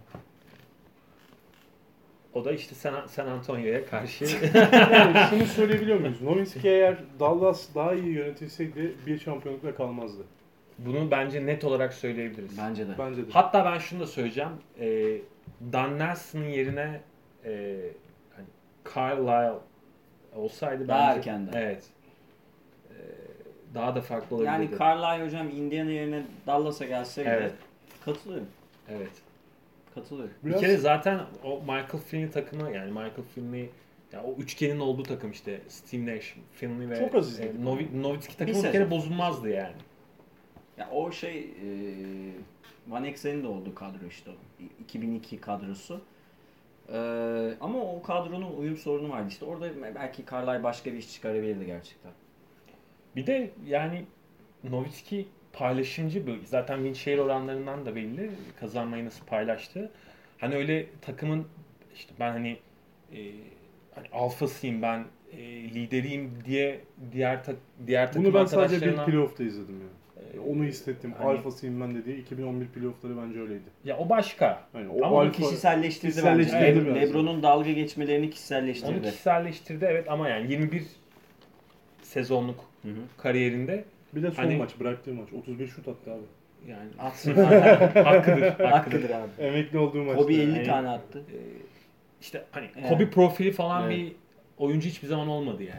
O da işte San, San Antonio'ya karşı Yani şunu söyleyebiliyor muyuz? Nowitzki eğer Dallas daha iyi yönetilseydi bir şampiyonlukla kalmazdı. bunu bence net olarak söyleyebiliriz. Bence de. Bence de. Hatta ben şunu da söyleyeceğim. E, Dan Nelson'ın yerine e, hani Carlisle olsaydı Daha bence erkenden. evet. E, daha da farklı Yani olabilirdi. Carlisle hocam Indiana yerine Dallas'a gelseydi Evet. katılıyorum. Evet. Katılıyorum. Bir Biraz- kere zaten o Michael Finley takımı yani Michael Finley ya o üçgenin olduğu takım işte Steve Nash, Finley ve Çok az izledik. e, Novi- Nowitzki takımı bir, sezon. kere bozulmazdı yani. Ya o şey e, Van Exel'in de olduğu kadro işte o. iki bin iki kadrosu. E, ama o kadronun uyum sorunu vardı işte. Orada belki Carlisle başka bir iş çıkarabilirdi gerçekten. Bir de yani Nowitzki paylaşımcı bir. Zaten win share oranlarından da belli. Kazanmayı nasıl paylaştı. Hani öyle takımın işte ben hani e, hani alfasıyım ben e, lideriyim diye diğer tak, diğer takım Bunu ben sadece bir arkadaşlarına playoff'ta izledim yani. Onu hissettim. Hani- Alfasıyım ben dediği iki bin on bir playoff'ları bence öyleydi. ya o başka. Yani Ama o onu alfa kişiselleştirdi kişiselleştirdi bence. biraz. LeBron'un dalga geçmelerini Onu kişiselleştirdi. kişiselleştirdi evet ama yani yirmi bir sezonluk Hı hı. kariyerinde bir de son Hani- maç, bıraktığı maç. otuz bir şut attı abi. yani Atsın. hakkıdır. Hakkıdır. Hakkıdır abi. Emekli olduğu maçta. Kobe elli Yani- tane attı. Ee, işte hani Yani. Kobe profili falan Evet. bir oyuncu hiçbir zaman olmadı yani.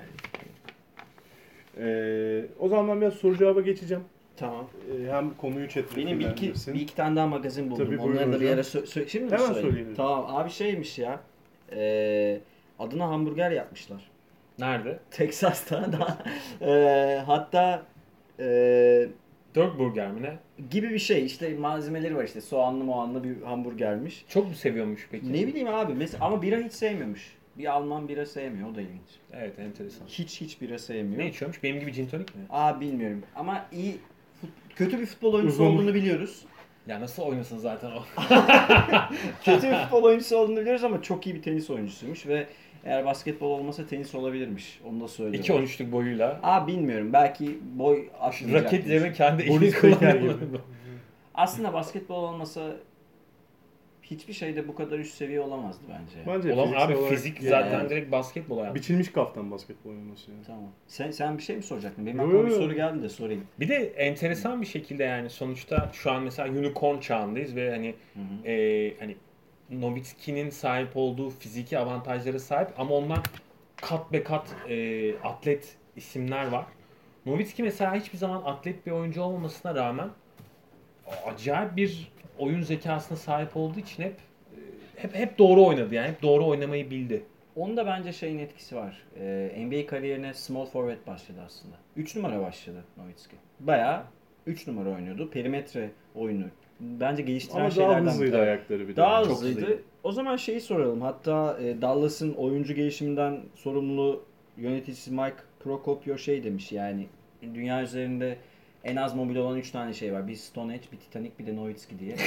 Ee, o zaman ben biraz soru cevaba geçeceğim. Tamam. Ee, hem konuyu chat'e Benim bir iki, filmlendirsin. bir iki tane daha magazin buldum. Tabii, buyurun Onları da bir hocam. ara sö- sö- şimdi mi Hemen söyleyeyim? söyleyin. Tamam abi şeymiş ya. Ee, adına hamburger yapmışlar. Nerede? Texas'ta da. Ee, hatta ee, Dört burger mi ne? gibi bir şey işte malzemeleri var işte soğanlı moğanlı bir hamburgermiş. Çok mu seviyormuş peki? Ne bileyim abi mesela ama bira hiç sevmiyormuş. Bir Alman bira sevmiyor o da ilginç. Evet enteresan. Hiç hiç bira sevmiyor. Ne içiyormuş? Benim gibi gin tonic mi? Aa bilmiyorum ama iyi fut- kötü bir futbol oyuncusu Uzun. olduğunu biliyoruz. Ya nasıl oynasın zaten o? Kötü bir futbol oyuncusu olduğunu biliyoruz ama çok iyi bir tenis oyuncusuymuş ve eğer basketbol olmasa tenis olabilirmiş. Onu da söylüyorum. iki on üçlük boyuyla. Aa bilmiyorum. Belki boy aşmayacak. Raket yerine kendi elini Boris Becker kullanıyor. gibi. Aslında basketbol olmasa hiçbir şeyde bu kadar üst seviye olamazdı bence. Bence Ulan fiziksel abi olarak fizik yani zaten Evet. direkt basketbola yani. biçilmiş kaftan basketbol oynaması yani. Tamam. Sen sen bir şey mi soracaktın? Benim Yo, aklıma bir yo, yo. soru geldi de sorayım. Bir de enteresan bir şekilde yani sonuçta şu an mesela unicorn çağındayız ve hani Hı hı. e, hani Nowitzki'nin sahip olduğu fiziki avantajlara sahip ama ondan kat be kat e, atlet isimler var. Nowitzki mesela hiçbir zaman atlet bir oyuncu olmamasına rağmen acayip bir oyun zekasına sahip olduğu için hep e, hep hep doğru oynadı yani hep doğru oynamayı bildi. Onun da bence şeyin etkisi var. Ee, N B A kariyerine small forward başladı aslında. üç numara başladı Nowitzki. Bayağı üç numara oynuyordu. Perimetre oyunu. Bence geliştiren Ama daha şeylerden hızlıydı biri. ayakları bir de. Daha Çok hızlıydı. hızlıydı. O zaman şeyi soralım. Hatta e, Dallas'ın oyuncu gelişiminden sorumlu yöneticisi Mike Procopio şey demiş yani dünya üzerinde en az mobil olan üç tane şey var. Bir Stone Age, bir Titanic, bir de Nowitzki diye.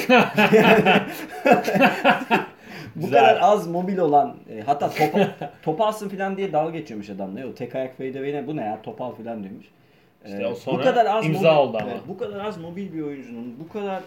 Bu Güzel. kadar az mobil olan e, hatta top, top alsın falan diye dalga geçiyormuş adamla. Yok tek ayak fadeaway'ine bu ne ya top al falan demiş. İşte E, o sonra bu kadar az imza mobil, oldu ama. evet, bu kadar az mobil bir oyuncunun bu kadar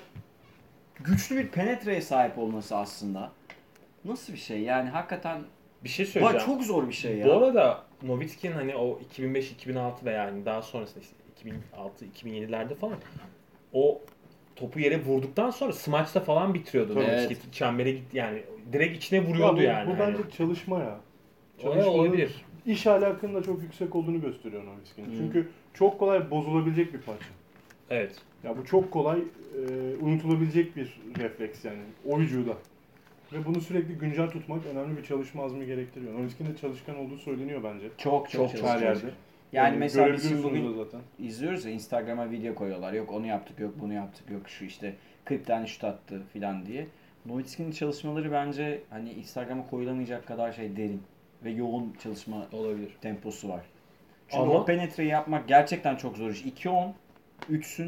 güçlü bir penetreye sahip olması aslında nasıl bir şey? Yani hakikaten Bir şey vay, söyleyeceğim. çok zor bir şey ya. Bu arada Nowitzki'nin hani o iki bin beş iki bin altı ve yani daha sonrasında işte iki bin altı iki bin yedilerde falan o topu yere vurduktan sonra smaçta falan bitiriyordu Tabii. Nowitzki. Evet. Çembere gitti yani direkt içine Ya vuruyordu bu, yani. bu hani. bence çalışma ya. O Çalışmanın olabilir. iş ahlakının da çok yüksek olduğunu gösteriyor Nowitzki'nin. Hı. Çünkü çok kolay bozulabilecek bir parça. Evet. Ya bu çok kolay e, unutulabilecek bir refleks yani o vücuda. Ve bunu sürekli güncel tutmak önemli bir çalışma azmi gerektiriyor. Nowitzki'nin de çalışkan olduğu söyleniyor bence. Çok çok, Her çalışkan. yerde. Yani mesela biz şimdi görebiliyorsunuz bugün da zaten. izliyoruz ya Instagram'a video koyuyorlar. Yok onu yaptık, yok bunu yaptık, yok şu işte kırk tane şut attı filan diye. Nowitzki'nin çalışmaları bence hani Instagram'a koyulamayacak kadar şey derin ve yoğun çalışma Olabilir. temposu var. Çünkü Ama- o penetreyi yapmak gerçekten çok zor iş. iki on, üçsün,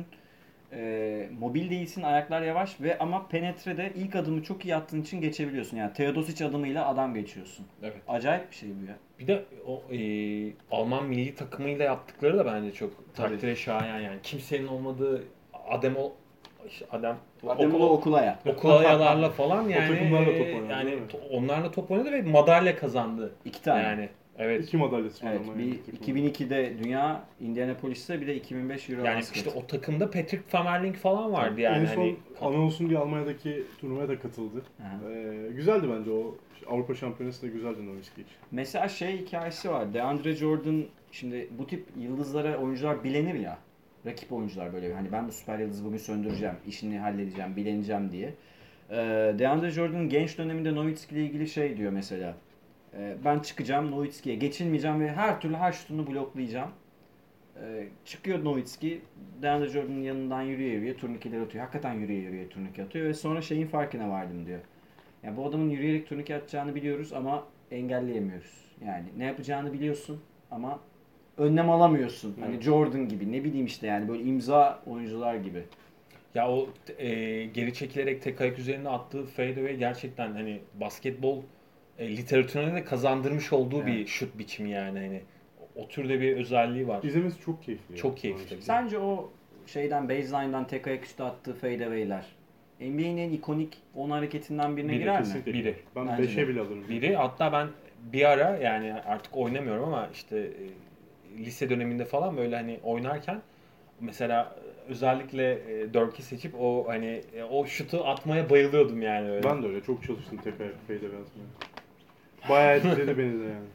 e, mobil değilsin, ayaklar yavaş ve ama penetrede ilk adımı çok iyi attığın için geçebiliyorsun. Yani Teodosic adımıyla adam geçiyorsun. Evet. Acayip bir şey bu ya. Bir de o e, Alman milli takımıyla yaptıkları da bence çok Tabii. takdire şayan yani. Kimsenin olmadığı Adem o işte Adem Adamı okula, okulaya. okulayalarla falan yani takımlarla top e, oynadı, yani değil mi? to- onlarla top oynadı ve madalya kazandı. İki tane. Yani evet. İki madalyası var Evet, ama. bir yani takımda. iki bin ikide dünya Indianapolis'te bir de iki bin beş Euro Yani basket. işte o takımda Patrick Famerling falan vardı yani en son hani ana olsun diye Almanya'daki turnuvaya da katıldı. Aha. Ee, güzeldi bence o. Avrupa Şampiyonası da güzeldi Nowitzki için. Mesela şey hikayesi var. DeAndre Jordan şimdi bu tip yıldızlara oyuncular bilenir ya. Rakip oyuncular böyle hani ben bu süper yıldızı bugün söndüreceğim, işini halledeceğim, bileneceğim diye. Ee, DeAndre Jordan'ın genç döneminde Nowitzki ile ilgili şey diyor mesela. Ee, ben çıkacağım Nowitzki'ye geçilmeyeceğim ve her türlü her şutunu bloklayacağım. Ee, çıkıyor Nowitzki, DeAndre Jordan'ın yanından yürüye yürüye turnikeler atıyor. Hakikaten yürüye yürüye turnike atıyor ve sonra şeyin farkına vardım diyor. Ya bu adamın yürüyerek turnike atacağını biliyoruz ama engelleyemiyoruz. Yani ne yapacağını biliyorsun ama önlem alamıyorsun. Hani Evet. Jordan gibi ne bileyim işte yani böyle imza oyuncular gibi. ya o e, geri çekilerek tek ayak üzerine attığı fadeaway gerçekten hani basketbol e, literatürüne de kazandırmış olduğu Evet. bir şut biçimi yani hani o, o türde bir özelliği var. İzlemesi çok keyifli. Çok ya. keyifli. Nowitzki. Sence o şeyden baseline'dan tek ayak üstü attığı fadeaway'ler N B A'nin en ikonik on hareketinden birine Biri, girer mi? Kesinlikle. Biri. Ben Bence beşe de. bile alırım. Biri hatta ben bir ara yani artık oynamıyorum ama işte e, lise döneminde falan böyle hani oynarken mesela özellikle e, Dirk'i seçip o hani e, o şutu atmaya bayılıyordum yani öyle. Ben de öyle. Çok çalıştım tek ayak fade atmaya. Bayağı etkiledi beni de yani.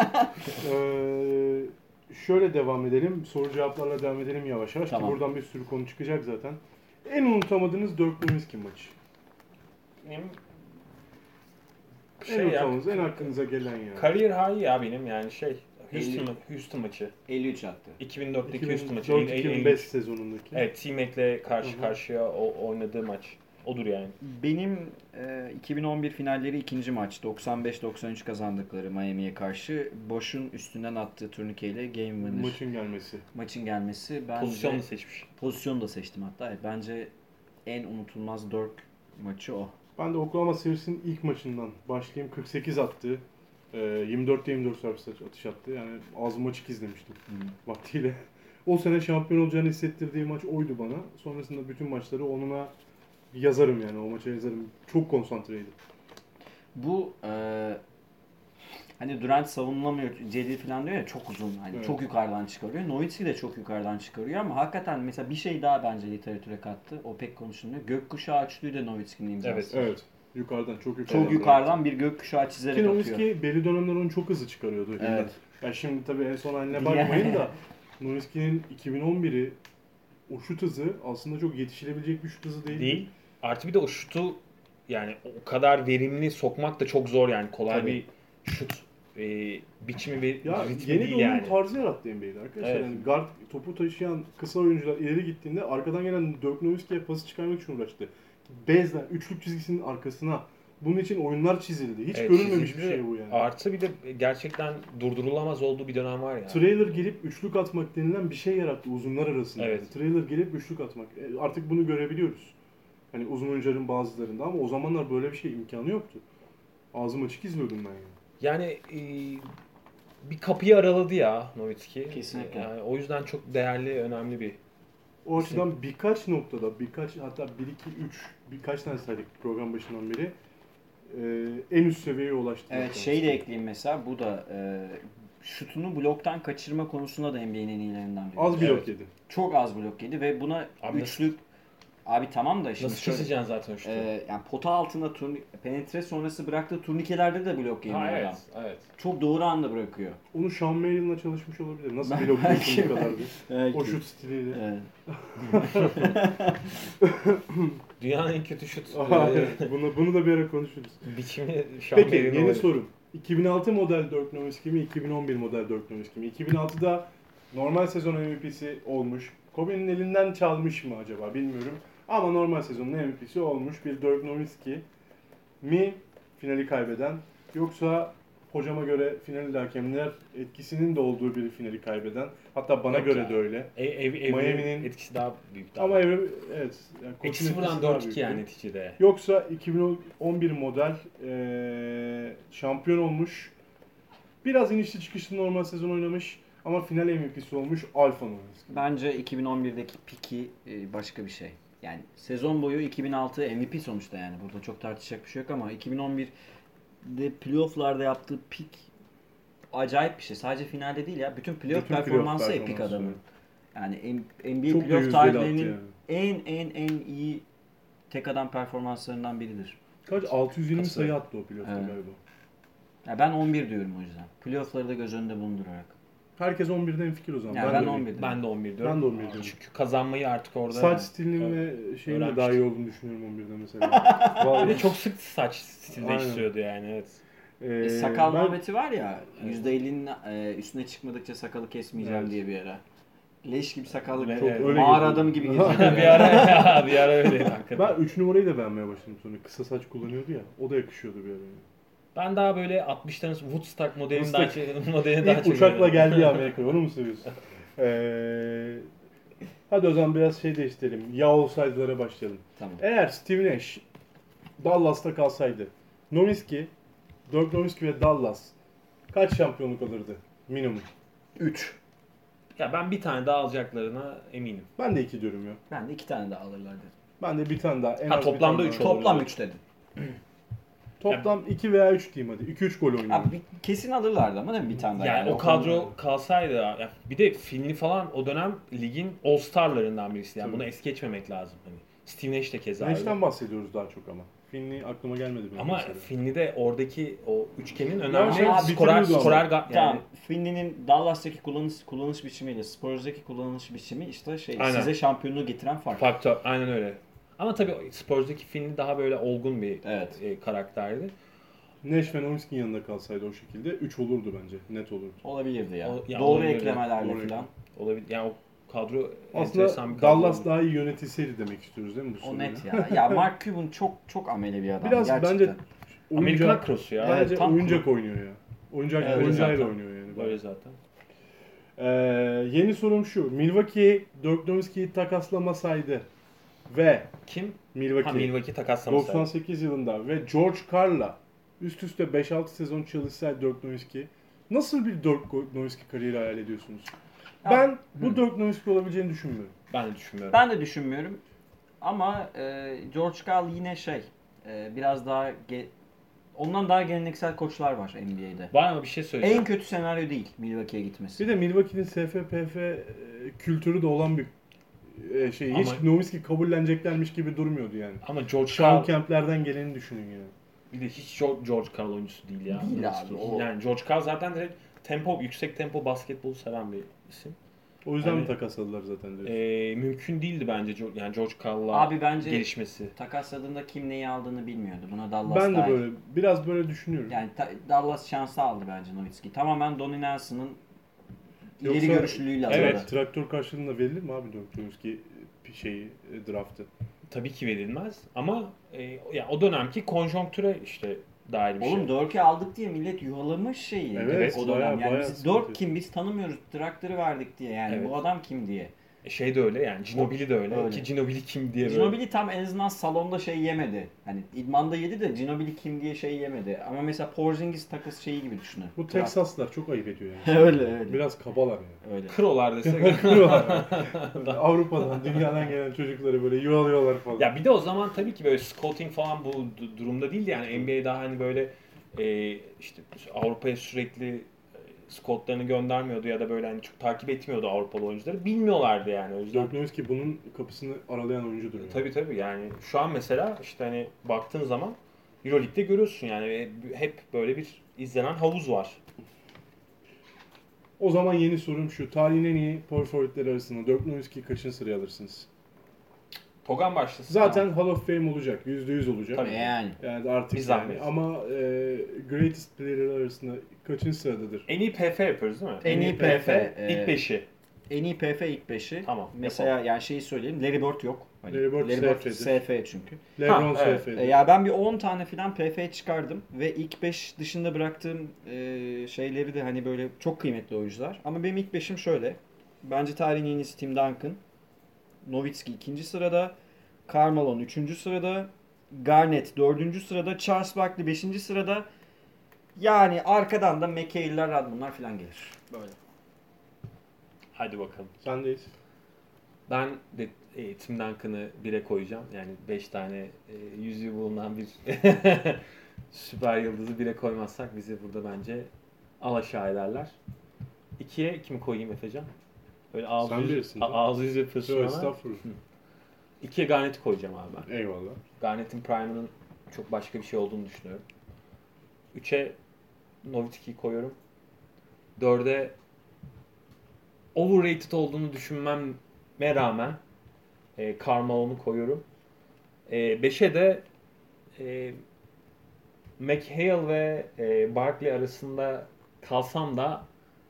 Ee, şöyle devam edelim. Soru cevaplarla devam edelim yavaş yavaş. Tamam. Ki buradan bir sürü konu çıkacak zaten. En unutamadığınız Dirk Nowitzki maçı. Benim En şey ya, unutamadığınız, en aklınıza gelen yani. kariyer high ya benim yani şey Houston, elli. ma- Houston maçı. elli üç attı. iki bin dörtteki Houston maçı. iki bin dört El- iki el- bin beş sezonundaki. Evet, T-Mac'le karşı Hı hı. karşıya o, oynadığı maç. Odur yani. Benim e, iki bin on bir finalleri ikinci maç doksan beş doksan üç kazandıkları Miami'ye karşı Boş'un üstünden attığı turnikeyle game winner Maçın gelmesi. maçın gelmesi bence Pozisyonu da seçmiş. pozisyonu da seçtim hatta. Evet, bence en unutulmaz Dirk maçı o. Ben de Oklahoma serisinin ilk maçından başlayayım. kırk sekiz attı. Ee, yirmi dörtte yirmi dört servis atış attı. Yani ağzımı açık izlemiştim Hı. vaktiyle. O sene şampiyon olacağını hissettirdiği maç oydu bana. Sonrasında bütün maçları onunla yazarım yani o maça yazarım. Çok konsantreydi. Bu e, hani Durant savunamıyor, Celil falan diyor ya çok uzun, hani Evet. çok yukarıdan çıkarıyor. Nowitzki de çok yukarıdan çıkarıyor ama hakikaten mesela bir şey daha bence literatüre kattı. O pek konuşulmuyor. Gökkuşağı üçlüğü de Nowitzki'nin imzası. Evet. Evet. Yukarıdan çok yukarıdan. Çok yukarıdan bir gökkuşağı çizerek Ki atıyor. Nowitzki belli dönemler onu çok hızlı çıkarıyordu. Evet. elinden. Ya şimdi tabii en son haline bakmayın da Nowitzki'nin iki bin on biri o şut hızı aslında çok yetişilebilecek bir şut hızı değil. Değil. Artı bir de o şutu yani o kadar verimli sokmak da çok zor yani. Kolay Tabii. bir şut e, biçimi bir Ya ritmi yeni bir değil oyun yani. tarzı yarattı N B A'de arkadaşlar. Evet. Yani guard topu taşıyan kısa oyuncular ileri gittiğinde arkadan gelen Dirk Nowitzki'ye pası çıkarmak için uğraştı. Bezden üçlük çizgisinin arkasına bunun için oyunlar çizildi. Hiç Evet, görülmemiş çizildi. bir şey bu yani. Artı bir de gerçekten durdurulamaz olduğu bir dönem var ya. Trailer gelip üçlük atmak denilen bir şey yarattı uzunlar arasında. Evet. Yani. Trailer gelip üçlük atmak. E, Artık bunu görebiliyoruz. Hani uzun oyuncuların bazılarında ama o zamanlar böyle bir şey imkanı yoktu. Ağzım açık izliyordum ben yani. Yani e, bir kapıyı araladı ya Nowitzki. Kesinlikle. Yani o yüzden çok değerli, önemli bir. O açıdan birkaç noktada, birkaç hatta bir iki üç birkaç tane saydık program başından beri e, en üst seviyeye ulaştı. Evet, şey de ekleyeyim mesela, bu da e, şutunu bloktan kaçırma konusunda da N B A'nin en iyilerinden biri. Az blok Evet. yedi. Çok az blok yedi ve buna Abi üçlük abi tamam da şimdi Nasıl şöyle, keseceksin zaten şutu? e, yani pota altında turni, penetre sonrası bıraktığı turnikelerde de blok yemiyor ha, adam. evet, evet. Çok doğru anda bırakıyor. Onu Sean Merrill'la çalışmış olabilir. Nasıl Ben- blokluyorsun belki- bu kadar diye. O Evet. şut stiliyle. Evet. Dünyanın en kötü şut Aha, e, evet. bunu, bunu da bir ara konuşuruz. biçimi şu Peki an belirli yeni olabilir. sorum. iki bin altı model Dirk Nowitzki mi? iki bin on bir model Dirk Nowitzki mi? iki bin altıda normal sezon M V P'si olmuş. Kobe'nin elinden çalmış mı acaba bilmiyorum. Ama normal sezonun M V P'si olmuş bir Dirk Nowitzki mi finali kaybeden, yoksa hocama göre finalde hakemler etkisinin de olduğu bir finali kaybeden, hatta bana Yok göre ya. de öyle. Ev, ev, evrenin Miami'nin- etkisi daha büyük. Daha Ama evre, evet. Yani koçun Eksi buradan etkisi daha dört iki büyük. yani neticede. Yoksa iki bin on bir model eee, şampiyon olmuş. Biraz inişli çıkışlı normal sezon oynamış ama final M V P'si olmuş Alfa Nowitzki. Bence iki bin on birdeki piki e, başka bir şey. Yani sezon boyu iki bin altı M V P sonuçta, yani burada çok tartışacak bir şey yok ama iki bin on birde playoff'larda yaptığı pik acayip bir şey. Sadece finalde değil ya. Bütün playoff Bütün playoff performansı epik performansı, adamın. Yani N- N B A Çok da playoff yüzdeli tarihlerinin attı en en en iyi tek adam performanslarından biridir. Kaç? altı yüz yirmi sayı Katılıyorum. attı o pilotta Evet. galiba. Ya ben on bir diyorum o yüzden. Playoff'ları da göz önünde bulundurarak. Herkes on birden fikir o zaman. Ya ben de on öyleyim. bir diyorum. Ben de on bir diyorum. Ben de on bir diyorum. Çünkü kazanmayı artık orada... Saç stilinin ve şeyin de Öğrenmiştik. daha iyi olduğunu düşünüyorum on birde mesela. Bir Vallahi. de çok sık saç stil Aynen. değiştiriyordu yani, evet. Ee, E, sakal ben- muhabbeti var ya, yüzde ellinin e, üstüne çıkmadıkça sakalı kesmeyeceğim Evet. diye bir ara. Leş gibi sakallı, Çok çok öyle mağara geziyordu. adamı gibi geziyor. bir ara bir ara öyleydi hakikaten. Ben üç numarayı da beğenmeye başladım sonra. Kısa saç kullanıyordu ya. O da yakışıyordu bir ara. yani. Ben daha böyle altmışların Woodstock modelini Woodstock. daha çok modelini daha İlk çok uçakla beğeniyorum. geldi ya Amerika'ya. Onu mu seviyorsun? Ee, hadi o zaman biraz şey değiştirelim. Ya olsaydılara başlayalım. Tamam. Eğer Steve Nash Dallas'ta kalsaydı, Nowitzki, Dirk Nowitzki ve Dallas kaç şampiyonluk alırdı? Minimum. üç. Ya ben bir tane daha alacaklarına eminim. Ben de iki diyorum ya. Ben de iki tane daha alırlar dedim. Ben de bir tane daha. En Ha, az bir toplamda tane üç daha. olur. Toplam üç dedim. Toplam iki veya üç diyeyim hadi. iki üç gol oynuyor. Abi bir- kesin alırlardı ama değil mi bir tane daha? Yani o konuda- kadro kalsaydı ya, bir de Finli falan o dönem ligin all starlarından birisi yani Tabii. bunu es geçmemek lazım hani. Steve Nash de keza Nash'ten öyle. bahsediyoruz daha çok ama. Finley aklıma gelmedi benim Ama mesela. Finli'de oradaki o üçgenin Yavaş önemli yavaş skorer bitiriyordu ama. skorer ga- yani Tamam. Finley'nin Dallas'taki kullanış kullanış biçimiyle Spurs'daki kullanış biçimi işte şey Aynen. size şampiyonluğu getiren fark. faktör aynen öyle. Ama tabii Spurs'daki Finli daha böyle olgun bir Evet. e, karakterdi. Nash ve Nowitzki'nin yanında kalsaydı o şekilde üç olurdu bence. Net olurdu. Olabilirdi ya. O- ya Doğru olabilirdi. eklemelerle Doğru falan. Olabilir. Yani o kadro enteresan Aslında bir kadro. Dallas daha iyi yönetilseydi demek istiyoruz değil mi bu O soruyla? net ya. Ya Mark Cuban çok çok amele bir adam Biraz gerçekten. bence Amerikan oyuncak, cross'u ya. bence Evet, tam oyuncak oynuyor ya. Oyuncak Evet, oyuncağıyla zaten. oynuyor yani. Böyle zaten. Ee, yeni sorum şu. Milwaukee Dirk Nowitzki'yi takaslamasaydı ve Kim? Milwaukee, Ha Milwaukee takaslaması. doksan sekiz yılında ve George Karl'la üst üste beş altı sezon çalışsaydı Dirk Nowitzki, nasıl bir Dirk Nowitzki kariyeri hayal ediyorsunuz? Ya- Ben bu Dirk Nowitzki olabileceğini düşünmüyorum. Ben de düşünmüyorum. Ben de düşünmüyorum. Ama e, George Karl yine şey e, biraz daha ge- ondan daha geleneksel koçlar var N B A'de. Var mı bir şey söyleyeceğim? En kötü senaryo değil Milwaukee'ye gitmesi. Bir de Milwaukee'nin S F P F e, kültürü de olan bir e, şey. Hiç Ama- Nowitzki kabulleneceklermiş gibi durmuyordu yani. Ama George Sean Karl Kemp'lerden geleni düşünün yani. bir de hiç George George Karl oyuncusu değil ya. Değil Nowitzki. abi, o- Yani George Karl zaten direkt tempo, yüksek tempo basketbolu seven bir isim. O yüzden Hani- mi takasladılar zaten diyorsun? Ee, mümkün değildi bence Jo- yani George Karl'la Abi bence gelişmesi. takasladığında kim neyi aldığını bilmiyordu. Buna Dallas Ben de dahil. böyle biraz böyle düşünüyorum. Yani ta- Dallas şansı aldı bence Nowitzki. Tamamen Donnie Nelson'ın ileri Yoksa- görüşlülüğüyle aldı. Evet. Traktör karşılığında verilir mi abi Nowitzki şeyi e, draftı? Tabii ki verilmez ama e, ya o dönemki konjonktüre işte dair bir Oğlum şey. Dörk'ü aldık diye millet yuhalamış şeyi. Evet, o dönem. bayağı- yani bayağı biz sıkıntı. Dörk kim biz tanımıyoruz. Traktörü verdik diye yani Evet. bu adam kim diye. E, Şey de öyle yani Ginobili de öyle. Öyle. Ki Ginobili kim diye böyle. Ginobili tam en azından salonda şey yemedi. Hani idmanda yedi de Ginobili kim diye şey yemedi. Ama mesela Porzingis takas şeyi gibi düşünün. Bu Teksaslar çok ayıp ediyor yani. öyle öyle. Biraz kabalar yani. Öyle. Krolar desek. Avrupa'dan, dünyadan gelen çocukları böyle yuvalıyorlar falan. Ya bir de o zaman tabii ki böyle scouting falan bu du- durumda değildi yani N B A daha hani böyle e, işte Avrupa'ya sürekli e, scoutlarını göndermiyordu ya da böyle hani çok takip etmiyordu Avrupalı oyuncuları. Bilmiyorlardı yani o yüzden. Dirk Nowitzki bunun kapısını aralayan oyuncudur. Yani. Tabii tabii yani şu an mesela işte hani baktığın zaman Euroleague'de görüyorsun yani hep böyle bir izlenen havuz var. O zaman yeni sorum şu. Tarihin en iyi power forwardleri arasında Dirk Nowitzki'yi kaçıncı sıraya alırsınız? Togan başlasın. Zaten Hall of Fame olacak. yüzde yüz olacak. Tabii. Yani. Yani artık Bir yani. zahmet. Ama e, greatest player'lar arasında kaçıncı sıradadır? En iyi P F yapıyoruz değil mi? En iyi P F, ilk e, beşi. En iyi P F ilk beşi. Tamam, Mesela yapalım. yani şeyi söyleyeyim. Larry Bird yok. Hani Larry Bird Larry Bird S F'dir. S F çünkü. LeBron Ha, evet. S E, F'dir. ya ben bir on tane falan P F çıkardım ve ilk beş dışında bıraktığım e, şeyleri de hani böyle çok kıymetli oyuncular. Ama benim ilk beşim şöyle. Bence tarihin en iyisi Tim Duncan. Nowitzki ikinci sırada. Karl Malone üçüncü sırada. Garnett dördüncü sırada. Charles Barkley beşinci sırada. Yani arkadan da McHale'ler, Rodman'lar falan gelir. Böyle. Hadi bakalım. Sendeyiz. Ben de e, Tim Duncan'ı bire koyacağım. Yani beş tane e, yüzüğü bulunan bir süper yıldızı bire koymazsak bizi burada bence alaşağı ederler. ikiye kimi koyayım Efecan? Böyle ağzı Sen yüz, bilirsin a- canım. ağzı yüz yapıyorsun Yok bana. estağfurullah. ikiye Garnett'i koyacağım abi ben. Eyvallah. Garnett'in prime'ının çok başka bir şey olduğunu düşünüyorum. üçe Nowitzki'yi koyuyorum. dörde overrated olduğunu düşünmeme rağmen e, Karl Malone'u koyuyorum. E, beşe de e, McHale ve e, Barkley arasında kalsam da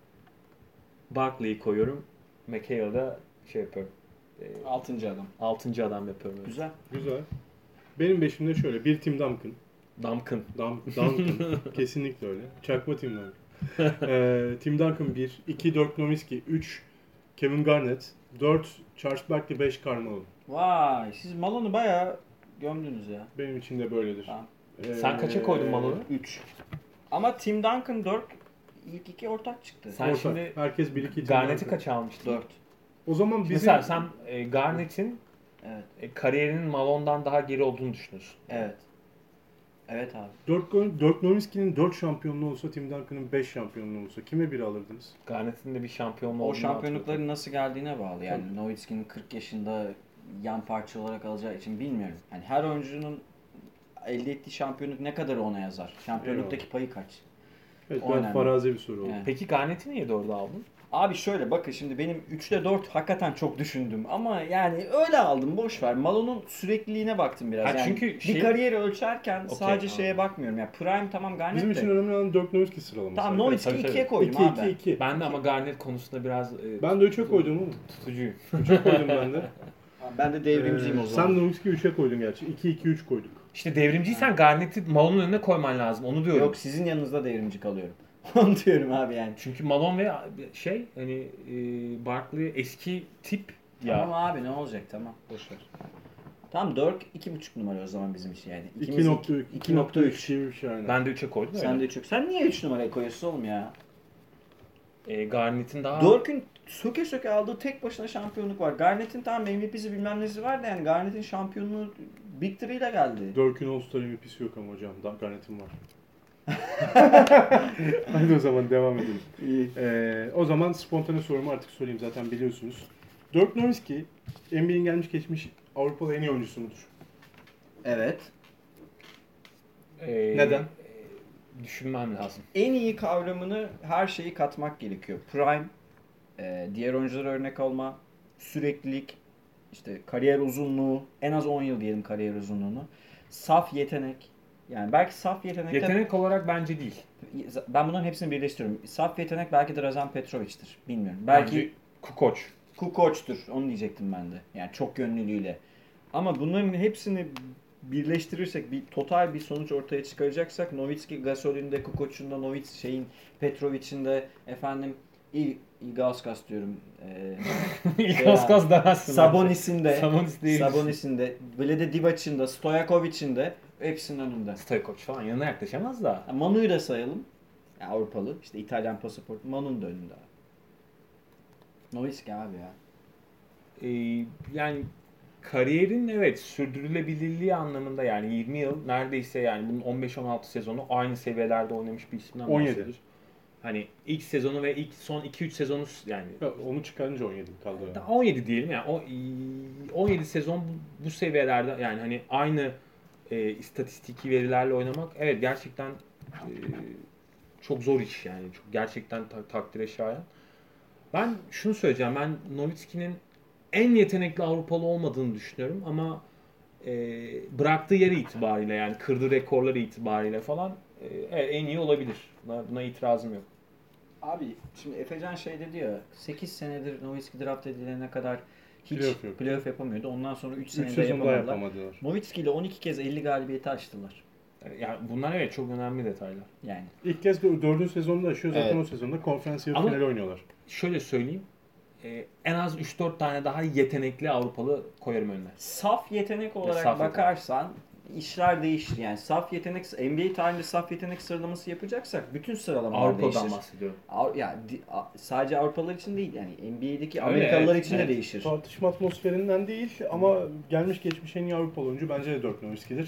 Barkley'i koyuyorum. McHale'da şey yapıyorum. E, Altıncı adam. altıncı adam yapıyorum. Evet. Güzel. Güzel. Benim beşimde şöyle. Bir Tim Duncan. Duncan. Dun Duncan. Kesinlikle öyle. Çakma Tim Duncan. Ee, Tim Duncan bir. iki Dirk Nowitzki. üç Kevin Garnett. dört Charles Barkley. beş Karl Malone. Vay, siz Malone'u bayağı gömdünüz ya. Benim için de böyledir. Tamam. Ee, Sen kaça koydun Malone'u? üç. Ama Tim Duncan, Dirk ilk iki ortak çıktı. Sen Ortak. şimdi Herkes bir iki Tim Garnett'i Duncan. kaça almıştın? dört. O zaman bizim... Mesela sen e, Garnett'in Evet. e, kariyerinin Malone'dan daha geri olduğunu düşünüyorsun. Evet. Evet abi. Dirk, Dirk Nowitzki'nin dört şampiyonluğu olsa Tim Duncan'ın beş şampiyonluğu olsa kime biri alırdınız? Garnett'in de bir şampiyonluğu O olduğunu şampiyonlukların nasıl geldiğine bağlı. Yani Nowitzki'nin kırk yaşında yan parça olarak alacağı için bilmiyorum. Hani her oyuncunun elde ettiği şampiyonluk ne kadar ona yazar? Şampiyonluktaki payı kaç? Evet, O biraz önemli. farazi bir soru oldu. Evet. Peki Garnett'i niye dörde aldın? Abi şöyle bakın şimdi benim üçte dört hakikaten çok düşündüm ama yani öyle aldım boş ver. Malone'un sürekliliğine baktım biraz. Ha, yani çünkü bir şey- kariyeri ölçerken Okey, sadece anladım. şeye bakmıyorum. Ya Prime tamam Garnett Bizim de. için önemli olan Dirk Nowitzki sıralaması. Tamam Tabii, Nowitzki tabii. ikiye koydum iki abi iki ben. iki. Ben de ama Garnett konusunda biraz e, Ben de üçe koydum oğlum. tutucuyum. üçe koydum ben de. Ben de devrimciyim Ee, o zaman. Sen Nowitzki'yi üçe koydun gerçi. iki iki üç koyduk. İşte devrimciysen Garnett'i Malone'un önüne koyman lazım. Onu diyorum. Yok sizin yanınızda devrimci kalıyorum. Onu diyorum abi yani. Çünkü Malone ve şey hani e, Barkley eski tip ya. Tamam abi ne olacak tamam boş ver. Tamam Dirk iki buçuk numara o zaman bizim için yani. iki nokta üç iki nokta üç. gibi bir şey aynen. Ben de üçe koydum Sen öyle. de çok. Sen niye üç numaraya koyuyorsun oğlum ya? E, Garnett'in daha Dirk'ün söke söke aldığı tek başına şampiyonluk var. Garnett'in tamam M V P'si bilmem nesi var da yani Garnett'in şampiyonluğu Big Three ile geldi. Dirk'ün All-Star M V P'si yok ama hocam. Da Garnett'in var. Hadi o zaman devam edelim. İyi. Ee, o zaman spontane sorumu artık sorayım, zaten biliyorsunuz. Dirk Nowitzki N B A'in gelmiş geçmiş Avrupa'da en iyi oyuncusu mudur? Evet. Ee, Neden? e, Düşünmem lazım. En iyi kavramını her şeyi katmak gerekiyor. Prime, e, diğer oyunculara örnek olma, süreklilik, işte kariyer uzunluğu, en az on yıl diyelim kariyer uzunluğunu. Saf yetenek. Yani belki saf yetenek. Yetenek olarak bence değil. Ben bunların hepsini birleştiriyorum. Saf yetenek belki de Razan Petrovic'tir. Bilmiyorum. Belki Bence Kukoc. Kukoc'tur. Onu diyecektim ben de. Yani çok yönlülüğüyle. Ama bunların hepsini birleştirirsek, bir total bir sonuç ortaya çıkaracaksak Nowitzki, Gasol'ün de, Kukoc'un da, Novitz şeyin, Petrovic'in de, efendim İ- İlgauskas diyorum. Ee, İlkas kas demezsin. Sabonis'in de, Sabonis değil. Sabonis'in de, Vlade Divac'in de, Stojakovic'in de hepsinin önünde. Stojakovic falan yanına yaklaşamaz da. Yani Manu'yu da sayalım. Yani Avrupalı. İşte İtalyan pasaport. Manu'nun da önünde. Nowitzki abi ya. Ee, yani kariyerin evet sürdürülebilirliği anlamında yani yirmi yıl neredeyse, yani bunun on beş on altı sezonu aynı seviyelerde oynamış bir isimden on yedi. bahsediyoruz. Hani ilk sezonu ve ilk son iki üç sezonu yani Ya, onu çıkarınca on yedi kaldı. Yani. on yedi diyelim yani o on yedi sezon bu, bu seviyelerde, yani hani aynı e, istatistiki verilerle oynamak evet gerçekten e, çok zor iş, yani çok gerçekten ta- takdire şayan. Ben şunu söyleyeceğim, ben Nowitzki'nin en yetenekli Avrupalı olmadığını düşünüyorum ama e, bıraktığı yeri itibariyle, yani kırdığı rekorları itibariyle falan e, evet, en iyi olabilir. Buna, buna itirazım yok. Abi şimdi Efecan şey dedi ya, sekiz senedir Nowitzki draft edilene kadar hiç Playoff yok. playoff yapamıyordu. Ondan sonra üç üç senede sezon daha yapamadılar. yapamadılar. Nowitzki ile on iki kez elli galibiyeti açtılar. Yani bunlar evet çok önemli detaylar. Yani. İlk kez de dördüncü sezonda yaşıyor. Zaten Evet. o sezonda konferans yarı Ama- finali oynuyorlar. Şöyle söyleyeyim, e, en az üç dört tane daha yetenekli Avrupalı koyarım önüne. Saf yetenek olarak Saf yetenek. bakarsan işler değişir. Yani saf yetenek, N B A tarihinde saf yetenek sıralaması yapacaksak bütün sıralamalar Avrupa'dan değişir. bahsediyorum. Av- ya di- a- sadece Avrupalılar için değil, yani N B A'deki Öyle, Amerikalılar evet, için de evet. değişir. Tartışma atmosferinden değil ama gelmiş geçmiş en iyi Avrupalı oyuncu bence de Dirk Nowitzki'dir.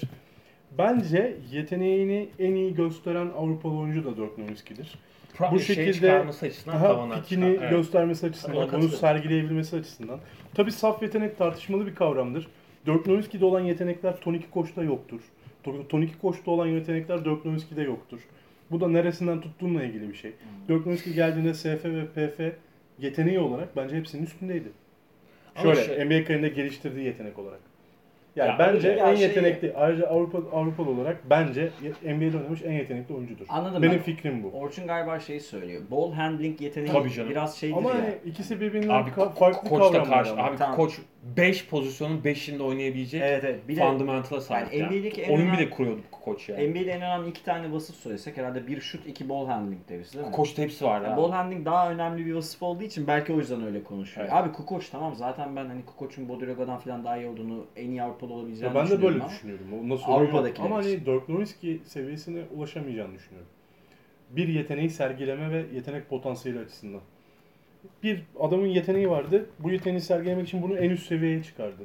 Bence yeteneğini en iyi gösteren Avrupalı oyuncu da Dirk Nowitzki'dir. Pra- Bu şey şekilde çıkarması açısından Aha, tavandan pikini çıkar. Evet. göstermesi Ona açısından, bunu katılıyorum. sergileyebilmesi açısından. Tabii saf yetenek tartışmalı bir kavramdır. Dirk Nowitzki'de olan yetenekler Toni Kukoc'ta yoktur. To- Toni Kukoc'ta olan yetenekler Dirk Nowitzki'de yoktur. Bu da neresinden tuttuğunla ilgili bir şey. Hmm. Dirk Nowitzki geldiğinde S F ve P F yeteneği olarak bence hepsinin üstündeydi. Ama Şöyle şey- N B A kariyerinde geliştirdiği yetenek olarak. Yani Ya bence öyle ya, en şey- yetenekli, ayrıca Avrupa Avrupalı olarak bence N B A'de oynamış en yetenekli oyuncudur. Anladım Benim ben. fikrim bu. Orçun galiba şeyi söylüyor. Ball handling yeteneği Tabii canım. biraz şeydir Ama ya. hani ikisi birbirinden Abi ka- farklı Koç da kavramlar. karşı. ama. Abi Tamam. Koç beş pozisyonun beşinde oynayabilecek Evet evet. Bir de fundamental'a sahip. yani Yani N B A'deki en Oyun önemli- bile kuruyordu Koç yani. N B A'de en önemli iki tane vasıf söylesek herhalde bir şut, iki ball handling deriz değil mi? Koç'ta hepsi var Yani ya. ball handling daha önemli bir vasıf olduğu için belki o yüzden öyle konuşuyor. Evet. Abi Kukoc tamam, zaten ben hani Kukoc'un Bodiroga'dan falan daha iyi olduğunu, en iyi Avrupalı Ya olabileceğini ben de düşünüyorum böyle ama düşünüyorum. Ondan sonra Avrupa'dakiler ama için. hani Dirk Nowitzki seviyesine ulaşamayacağını düşünüyorum. Bir yeteneği sergileme ve yetenek potansiyeli açısından. Bir adamın yeteneği vardı. Bu yeteneği sergilemek için bunu en üst seviyeye çıkardı.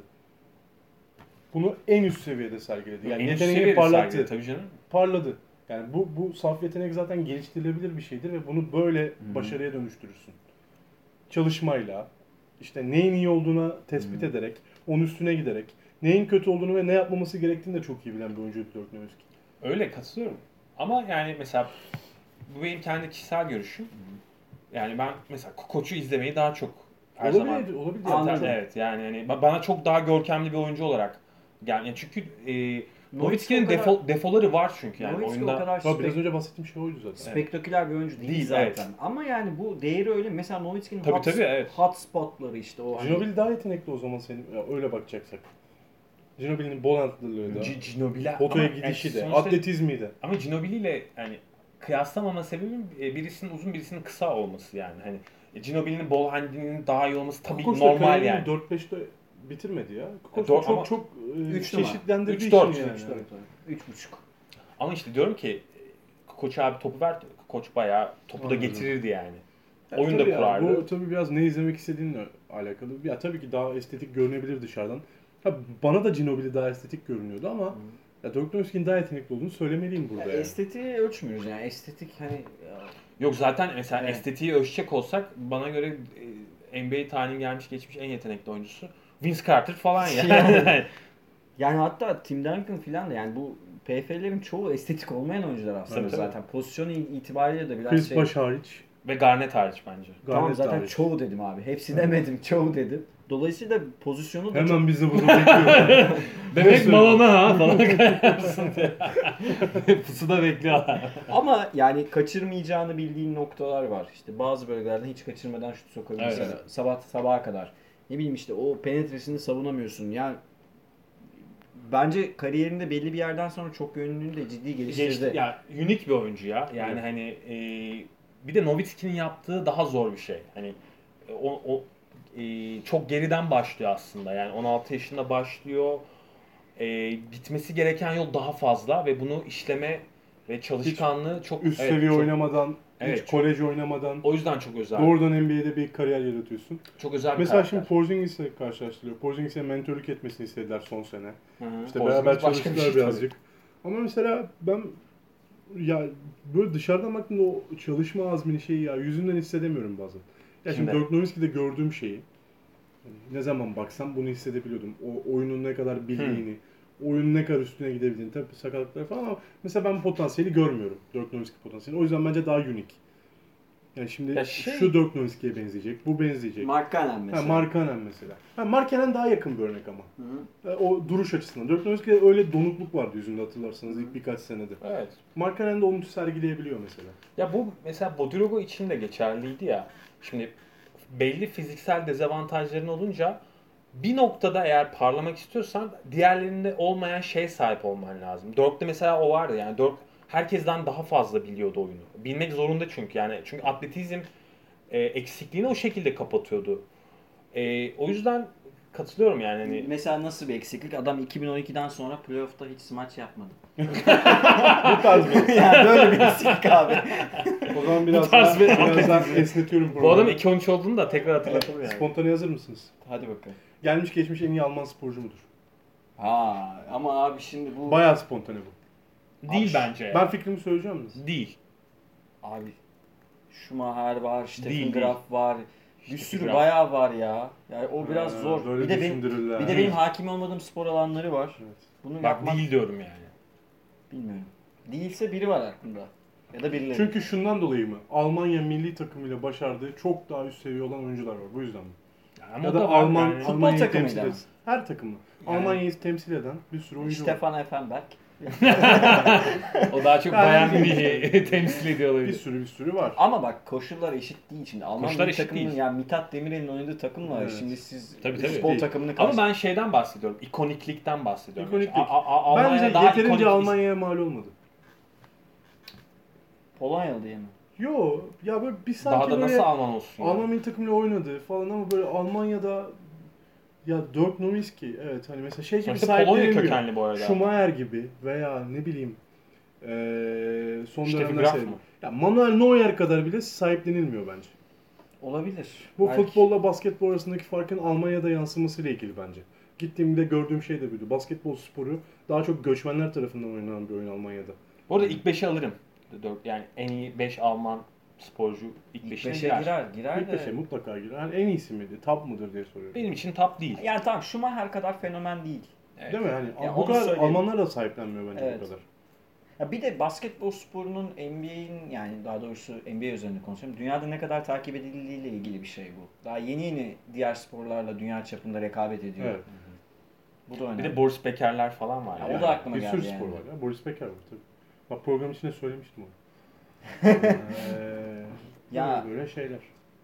Bunu en üst seviyede sergiledi. Yani En üst yeteneğini seviyede parlattı. sergiledi, tabii canım. Parladı. Yani bu bu saf yetenek zaten geliştirilebilir bir şeydir ve bunu böyle başarıya dönüştürürsün. Çalışmayla, işte neyin iyi olduğuna tespit ederek, onun üstüne giderek, neyin kötü olduğunu ve ne yapmaması gerektiğini de çok iyi bilen bir oyuncu Dirk Nowitzki. Öyle katılıyorum. Ama yani mesela bu benim kendi kişisel görüşüm. Yani ben mesela Koç'u izlemeyi daha çok her zaman Olabilir, olabilir. Anladım. Yani. evet yani hani ba- bana çok daha görkemli bir oyuncu olarak yani çünkü e, Nowitzki'nin o kadar- defo, defoları var çünkü yani Nowitzki oyunda. o kadar Bak, biraz spek- önce bahsettiğim şey oydu zaten. spektaküler bir oyuncu değil, Değil, zaten. evet. Ama yani bu değeri öyle. Mesela Nowitzki'nin Tabii, hot, tabii, evet. hot spotları işte o hani Ginobili daha yetenekli o zaman senin ya öyle bakacaksak. Ginobili'nin bol antrenörlüğü de, G- Ginobili potaya ama gidişi yani de, sonuçta- atletizmi de. Ama Ginobili ile yani kıyaslamama sebebim e, birisinin uzun birisinin kısa olması yani. Hani e, Ginobili'nin ball handling'inin daha iyi olması tabii Kukoc da normal kariyerini yani. dört beşte bitirmedi ya. Kukoc Doğru da çok ama çok e, üç numara. çeşitlendirdiği üç için dört, yani. üç dört, üç buçuk. Ama işte diyorum ki Koç abi topu ver, Koç bayağı topu da Anladım. getirirdi yani. Ya oyun da tabii ya, kurardı. bu tabii biraz ne izlemek istediğinle alakalı. Ya tabii ki daha estetik görünebilir dışarıdan. Ha, bana da Ginobili daha estetik görünüyordu ama ya Dirk Nowitzki'nin daha yetenekli olduğunu söylemeliyim burada. Ya yani. estetiği ölçmüyoruz yani estetik hani ya, Yok zaten mesela Evet. estetiği ölçecek olsak bana göre e, N B A tarihinin gelmiş geçmiş en yetenekli oyuncusu Vince Carter falan ya. Yani. yani hatta Tim Duncan filan da yani bu P F'lerin çoğu estetik olmayan oyuncular aslında Evet, zaten. Pozisyon itibariyle de biraz Chris şey. Bosh hariç. Ve Garnett hariç bence. Tamam Garnett zaten hariç. çoğu dedim abi. Hepsi demedim, çoğu dedim. Dolayısıyla pozisyonu da Hemen çok... bizi burada bekliyor. Demek söyleyeyim? balona ha falan kayarsın diye. Pusuda bekliyorlar. Ama yani kaçırmayacağını bildiğin noktalar var. İşte bazı bölgelerde hiç kaçırmadan şut sokabilir. Evet. Mesela sabah sabaha kadar. Ne bileyim işte o penetresini savunamıyorsun. Yani bence kariyerinde belli bir yerden sonra çok yönlülüğünü de ciddi geliştirdi. Geçti, ya unik bir oyuncu ya. Yani Evet. hani e, bir de Nowitzki'nin yaptığı daha zor bir şey. Hani e, o, o e, çok geriden başlıyor aslında. Yani on altı yaşında başlıyor. E, gitmesi gereken yol daha fazla ve bunu işleme ve çalışkanlığı çok Üst evet, seviye çok- oynamadan, Evet, hiç kolej oynamadan O yüzden çok özel. doğrudan N B A'de bir kariyer yaratıyorsun. Çok özel bir Mesela karakter. şimdi Porzingis'le karşılaştırılıyor. Porzingis'e mentörlük etmesini istediler son sene. Hı hı. İşte Porzingis beraber başka bir çalıştılar şey birazcık. Ama mesela ben ya böyle dışarıdan baktığımda o çalışma azmini şeyi ya yüzünden hissedemiyorum bazen. Ya şimdi, Şimdi- Dirk Nowitzki'de gördüğüm şeyi hani ne zaman baksam bunu hissedebiliyordum. O oyunun ne kadar bildiğini, oyunun ne kadar üstüne gidebildiğini, tabii sakatlıklar falan ama mesela ben potansiyeli görmüyorum. Dirk Nowitzki potansiyeli. O yüzden bence daha unik. Yani şimdi Ya şey- şu Dirk Nowitzki'ye benzeyecek, bu benzeyecek. Markkanen Ha, mesela. Markkanen mesela. Ha, Markkanen daha yakın bir örnek ama. Hı hı. E, O duruş açısından. Dirk Nowitzki'de öyle donukluk vardı yüzünde hatırlarsanız ilk birkaç senede. Evet. Markkanen de onu sergileyebiliyor mesela. Ya bu mesela Bodirogo için de geçerliydi ya. Şimdi belli fiziksel dezavantajların olunca bir noktada eğer parlamak istiyorsan diğerlerinde olmayan şeye sahip olman lazım. Dirk'te mesela o vardı yani Dirk herkesten daha fazla biliyordu oyunu. Bilmek zorunda çünkü yani çünkü atletizm e, eksikliğini o şekilde kapatıyordu. E, o yüzden katılıyorum yani hani Mesela nasıl bir eksiklik? Adam iki bin on ikiden sonra playoff'ta hiç smaç yapmadı. Bu tarz bir. yani böyle bir eksiklik abi. O zaman biraz tarz daha, bir biraz daha atletizm. esnetiyorum bu programı. adam iki on üç olduğunu da tekrar hatırlatalım yani. Spontane hazır mısınız? Hadi bakalım. Gelmiş geçmiş en iyi Alman sporcu mudur? Ha ama abi şimdi bu Bayağı spontane bu. Değil Abi, bence. Ben fikrimi söyleyeceğim mi? Değil. abi Schumacher var, Stefan Değil, Graf var. Bir Steffi sürü Graf. bayağı var ya. Yani o biraz Ha, zor. böyle Bir de benim düşündürürler. bir de benim hakim olmadığım spor alanları var. Evet. Bunu Bak yapmak değil diyorum yani. bilmiyorum. Değilse biri var aklımda. Ya da birileri. Çünkü şundan dolayı mı? Almanya milli takımıyla başardığı çok daha üst seviye olan oyuncular var. Bu yüzden mi? Yani Ya o da da var Alman yani. Futbol Almanya'yı takımıyla temsil mı? eden. Her takımla. Yani- Almanya'yı temsil eden bir sürü oyuncu var. Stefan Effenberg. O daha çok Yani- Bayern Münih'i temsil ediyor Bir olabilir. sürü bir sürü var. Ama bak koşullar eşit değil şimdi. Alman Koşullar milli eşit takımının değil. yani Mithat Demirel'in oynadığı takımla Evet. şimdi siz Tabii, tabii. futbol Değil. takımını Ama karşı... ben şeyden bahsediyorum. İkoniklikten bahsediyorum. İkoniklik. A- a- a- Bence Almanya daha yeterince ikonik- Almanya'ya mal olmadı. Polonyalı diye mi? Yo ya böyle bir sanki Daha da böyle nasıl Alman olsun? yani? Alman milli takımıyla oynadı falan ama böyle Almanya'da ya Dirk Nowitzki evet hani mesela şey gibi Sonuçta Polonya sahiplenilmiyor. kökenli bu arada. Schumacher gibi veya ne bileyim eee son Steffi dönemler Graf sayılır. mı? Ya Manuel Neuer kadar bile sahiplenilmiyor bence. Olabilir. Bu Belki. futbolla basketbol arasındaki farkın Almanya'da yansımasıyla ilgili bence. Gittiğimde gördüğüm şey de buydu. Basketbol sporu daha çok göçmenler tarafından oynanan bir oyun Almanya'da. Bu arada ilk beşe alırım. Dört- Yani en iyi beş Alman sporcu ilk beşine Beşe girer. girer, girer İlk de. beşe mutlaka girer. Yani en iyisi miydi? Top mıdır diye soruyorum. Benim için top değil. Yani tamam Schumacher kadar fenomen değil. Evet. Değil mi? Yani Ya bu onu kadar söyleyeyim. Almanlar da sahiplenmiyor bence Evet. bu kadar. Ya bir de basketbol sporunun N B A'in yani daha doğrusu N B A üzerinde konuşuyorum. Dünyada ne kadar takip edildiğiyle ilgili bir şey bu. Daha yeni yeni diğer sporlarla dünya çapında rekabet ediyor. Evet. Bu da önemli. Bir de Boris Beker'ler falan var. Ya yani. o da aklıma bir geldi sürü yani. spor var ya. Boris Becker var tabii. Bak program içinde söylemiştim onu. Eee, Ya- böyle, böyle şeyler.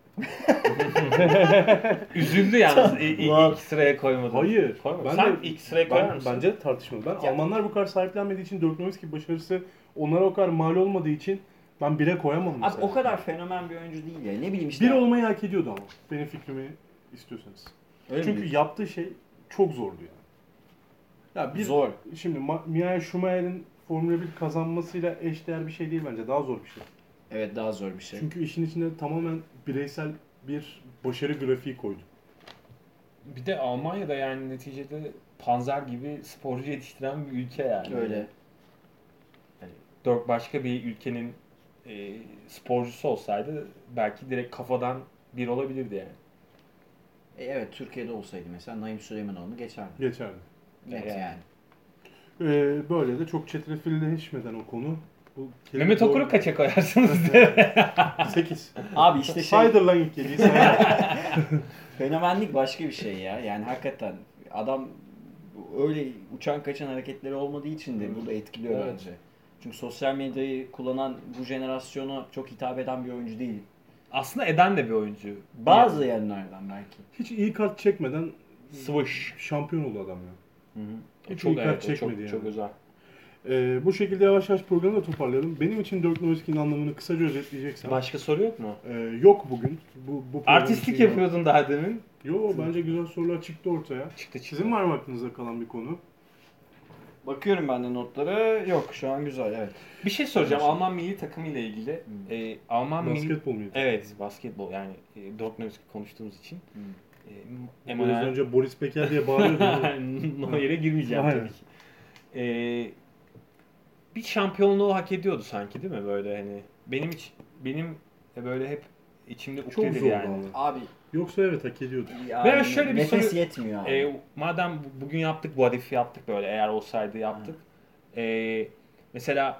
Üzüldü yalnız i- i- Var. ilk sıraya koymadı. Hayır. Koymadı. Ben Sen de- ilk sıraya koyar Ben, mısın? bence tartışmalı. Ben Ya- Almanlar bu kadar sahiplenmediği için Dirk Nowitzki başarısı onlara o kadar mal olmadığı için ben bire koyamam Abi mesela. o kadar fenomen bir oyuncu değil ya. Ne bileyim işte. Bir olmayı hak ediyordu ama. Benim fikrimi istiyorsanız. Öyle mi Çünkü diyorsun? yaptığı şey çok zordu yani. Ya bir, Zor. Şimdi Ma- Michael Schumacher'in Formula bir kazanmasıyla eşdeğer bir şey değil bence. Daha zor bir şey. Evet, daha zor bir şey. Çünkü işin içine tamamen bireysel bir başarı grafiği koydu. Bir de Almanya'da yani neticede panzer gibi sporcu yetiştiren bir ülke yani. Öyle. Yani dört başka bir ülkenin e, sporcusu olsaydı belki direkt kafadan bir olabilirdi yani. E, evet, Türkiye'de olsaydı mesela Naim Süleymanoğlu geçerdi. Geçerdi. Net Yani. yani. Ee, böyle de çok çetrefilleşmeden o konu. Bu kelime Mehmet doğru- Okur'u kaça koyarsınız diye. sekiz. Abi işte şey, Saydır lan ilk yediği sayar. fenomenlik başka bir şey ya. Yani hakikaten adam öyle uçan kaçan hareketleri olmadığı için de burada etkiliyor Evet. bence. Çünkü sosyal medyayı kullanan bu jenerasyona çok hitap eden bir oyuncu değil. Aslında eden de bir oyuncu. Bazı yerlerden belki. Hiç iyi kart çekmeden Swish. şampiyon oldu adam ya. Hı hı. Hiç Çok iyi kart evet, o çekmedi çok, yani. çok özel. Ee, bu şekilde yavaş yavaş programı da toparlayalım. Benim için Dirk Nowitzki'nin anlamını kısaca özetleyeceksem. Başka soru yok mu? e, yok bugün. Bu, bu program Artistlik için yok. yapıyordun daha demin. Yo, bence güzel sorular çıktı ortaya. Çıktı çıktı. Sizin var mı aklınızda kalan bir konu? Bakıyorum ben de notlara. Yok, şu an güzel, evet. Bir şey soracağım Başka. Alman milli takımı ile ilgili. Ee, Alman milli... Basketbol muydu? Evet, basketbol yani e, Dirk Nowitzki konuştuğumuz için. Hı. E, Biraz Emanuel... önce Boris Becker diye bağırıyordum. o yere girmeyeceğim Aynen. tabii ki. Ee, bir şampiyonluğu hak ediyordu sanki değil mi böyle hani benim hiç benim böyle hep içimde Çok ukdedir zordu yani. ama. Abi Yoksa evet hak ediyordu. yani Veya şöyle bir nefes soru- yetmiyor abi. Ee, madem bu- bugün yaptık what if yaptık böyle eğer olsaydı yaptık. Ee, mesela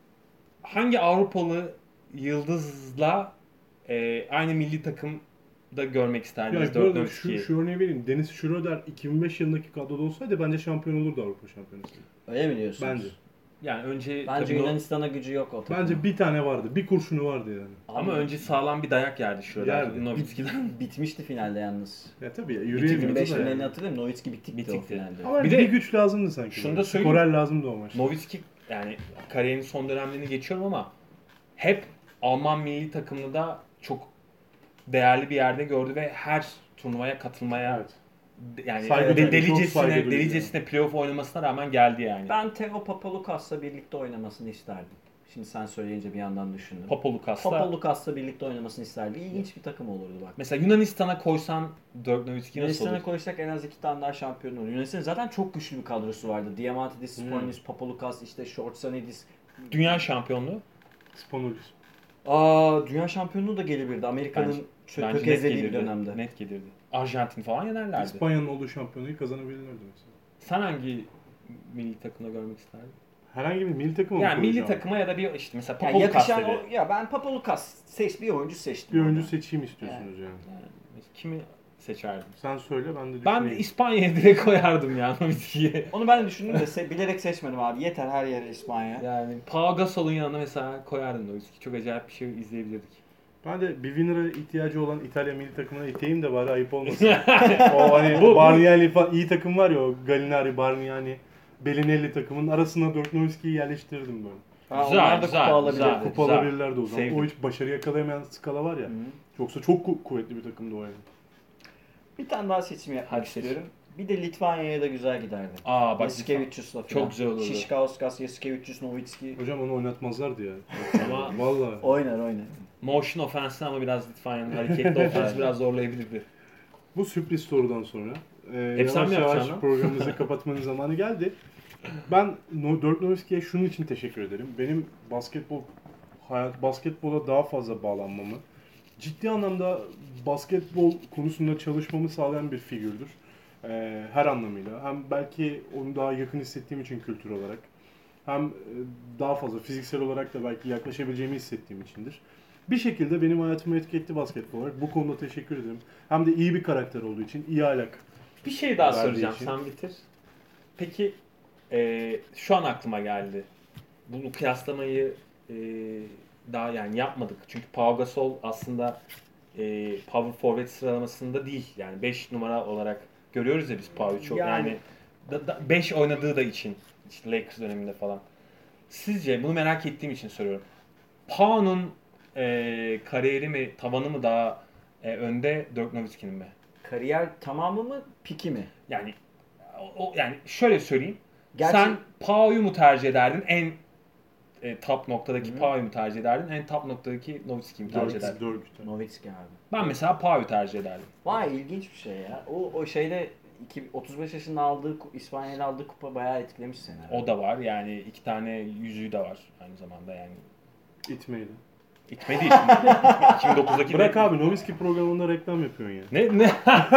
hangi Avrupalı yıldızla e, aynı milli takımda görmek isterdiniz Yani Dirk böyle şu, Nowitzki'yi? şu örneği vereyim. Deniz Schroeder iki bin beş yılındaki kadroda olsaydı bence şampiyon olurdu Avrupa Şampiyonası. Öyle mi diyorsunuz? Bence. Yani önce Bence tabii no- Yunanistan'a gücü yok o takımın. Bence bir tane vardı. Bir kurşunu vardı yani. ama önce sağlam bir dayak yerdi şurada Yerdi. Nowitzki'den. Bitmişti finalde yalnız. Ya tabii ya, iki bin yürüyemiyordu beş da finalini yani. hatırlıyorum. Nowitzki bittikti Bitikti. o finalde. Ama Bir bir, de- güç lazımdı sanki. Şunu böyle. da söyleyeyim. Skorer lazımdı o maçta. Nowitzki yani kariyerinin son dönemlerini geçiyorum ama hep Alman milli takımını da çok değerli bir yerde gördü ve her turnuvaya katılmaya Evet. yani Saygı de, duyuyor, çok saygı delicesine duyuyor delicesine playoff oynamasına rağmen geldi yani. Ben Theo Papaloucas'la birlikte oynamasını isterdim. Şimdi sen söyleyince bir yandan düşündüm. Papaloucas'la. Papaloucas'la birlikte oynamasını isterdim. İlginç bir takım olurdu bak. Mesela Yunanistan'a koysan Dirk Nowitzki nasıl Yunanistan'a olur? koysak en az iki tane daha şampiyon olur. Yunanistan'ın zaten çok güçlü bir kadrosu vardı. Diamantidis, Hmm. Sponis, Papaloukas, işte Shortsanidis. Dünya şampiyonluğu. Spanulis. Aa, dünya şampiyonluğu da gelebilirdi. Amerika'nın Bence- çö- Bence net tökezlediği bir gelirdi. dönemde. Net gelirdi. Arjantin falan yenerlerdi. İspanya'nın olduğu şampiyonayı kazanabilirlerdi mesela. Sen hangi milli takımda görmek isterdin? Herhangi bir milli takıma mı Yani milli koyacağım? takıma ya da bir işte mesela Yani Papaloukas yakışan dedi. o, ya ben Papaloukas seç bir oyuncu seçtim. Bir orada. oyuncu seçeyim istiyorsunuz yani. Yani kimi seçerdin? Sen söyle ben de Ben düşüneyim. İspanya'ya direkt koyardım ya Nowitzki'yi. Onu ben de düşündüm de se- bilerek seçmedim abi. Yeter her yere İspanya. Yani Pau Gasol'un yanına mesela koyardım Nowitzki. Çok acayip bir şey izleyebilirdik. Ben de bir winner'a ihtiyacı olan İtalya milli takımına iteyim de bari ayıp olmasın. O hani Bargnani falan iyi takım var ya, o Gallinari, Bargnani, Bellinelli takımın arasına Dirk Nowitzki'yi yerleştirdim böyle. Ha, Güzel, onlar da güzel, kupa alabilir. güzel. Kupa alabilirlerdi o zaman. Sevdim. O hiç başarı yakalayamayan skala var ya. Hı. Yoksa çok ku- kuvvetli bir takımdı o yani. Bir tane daha seçim yapmak Hadi seç. istiyorum. Bir de Litvanya'ya da güzel giderdi. Aa bak Yasikevicius'la çok falan. güzel olurdu. Şişkauskas, Yasikevicius, Nowitzki. Hocam onu oynatmazlardı ya. ama Vallahi. Oynar oynar. motion offense ama biraz Litvanya'nın hareketli offense biraz zorlayabilirdi. Bu sürpriz sorudan sonra e, Hep sen yavaş mi yavaş yapacaksın lan? programımızı kapatmanın zamanı geldi. Ben no, Dirk Nowitzki'ye şunun için teşekkür ederim. Benim basketbol hayat basketbola daha fazla bağlanmamı, ciddi anlamda basketbol konusunda çalışmamı sağlayan bir figürdür. E, her anlamıyla. Hem belki onu daha yakın hissettiğim için kültür olarak, hem e, daha fazla fiziksel olarak da belki yaklaşabileceğimi hissettiğim içindir. Bir şekilde benim hayatımı etki etti basketbol olarak. Bu konuda teşekkür ederim. Hem de iyi bir karakter olduğu için, iyi ahlak. Bir şey daha Verdiği soracağım. için. Sen bitir. Peki e, şu an aklıma geldi. Bunu kıyaslamayı e, daha yani yapmadık. Çünkü Pau Gasol aslında e, power forward sıralamasında değil. Yani beş numara olarak görüyoruz ya biz Pau'yu çok. Yani- Yani beş oynadığı da için. İşte Lakers döneminde falan. Sizce bunu merak ettiğim için soruyorum. Pau'nun e, kariyeri mi, tavanı mı daha e, önde Dirk Nowitzki'nin mi? Kariyer tamamı mı, piki mi? Yani o, o- yani şöyle söyleyeyim. Gerçi- Sen Pau'yu mu tercih ederdin en e, top noktadaki Hı. Pau'yu mu tercih ederdin? En top noktadaki Nowitzki'yi mi tercih ederdin? Dörgüt. Nowitzki abi. Ben mesela Pau'yu tercih ederdim. Vay ilginç bir şey ya. O o şeyde iki- otuz beş yaşında aldığı İspanya'yla aldığı kupa bayağı etkilemiş seni. O da var yani iki tane yüzüğü de var aynı zamanda yani. İtmeyle. İtme değil şimdi. iki bin dokuzdaki Bırak abi Nowitzki programında reklam yapıyorsun ya. Ne ne?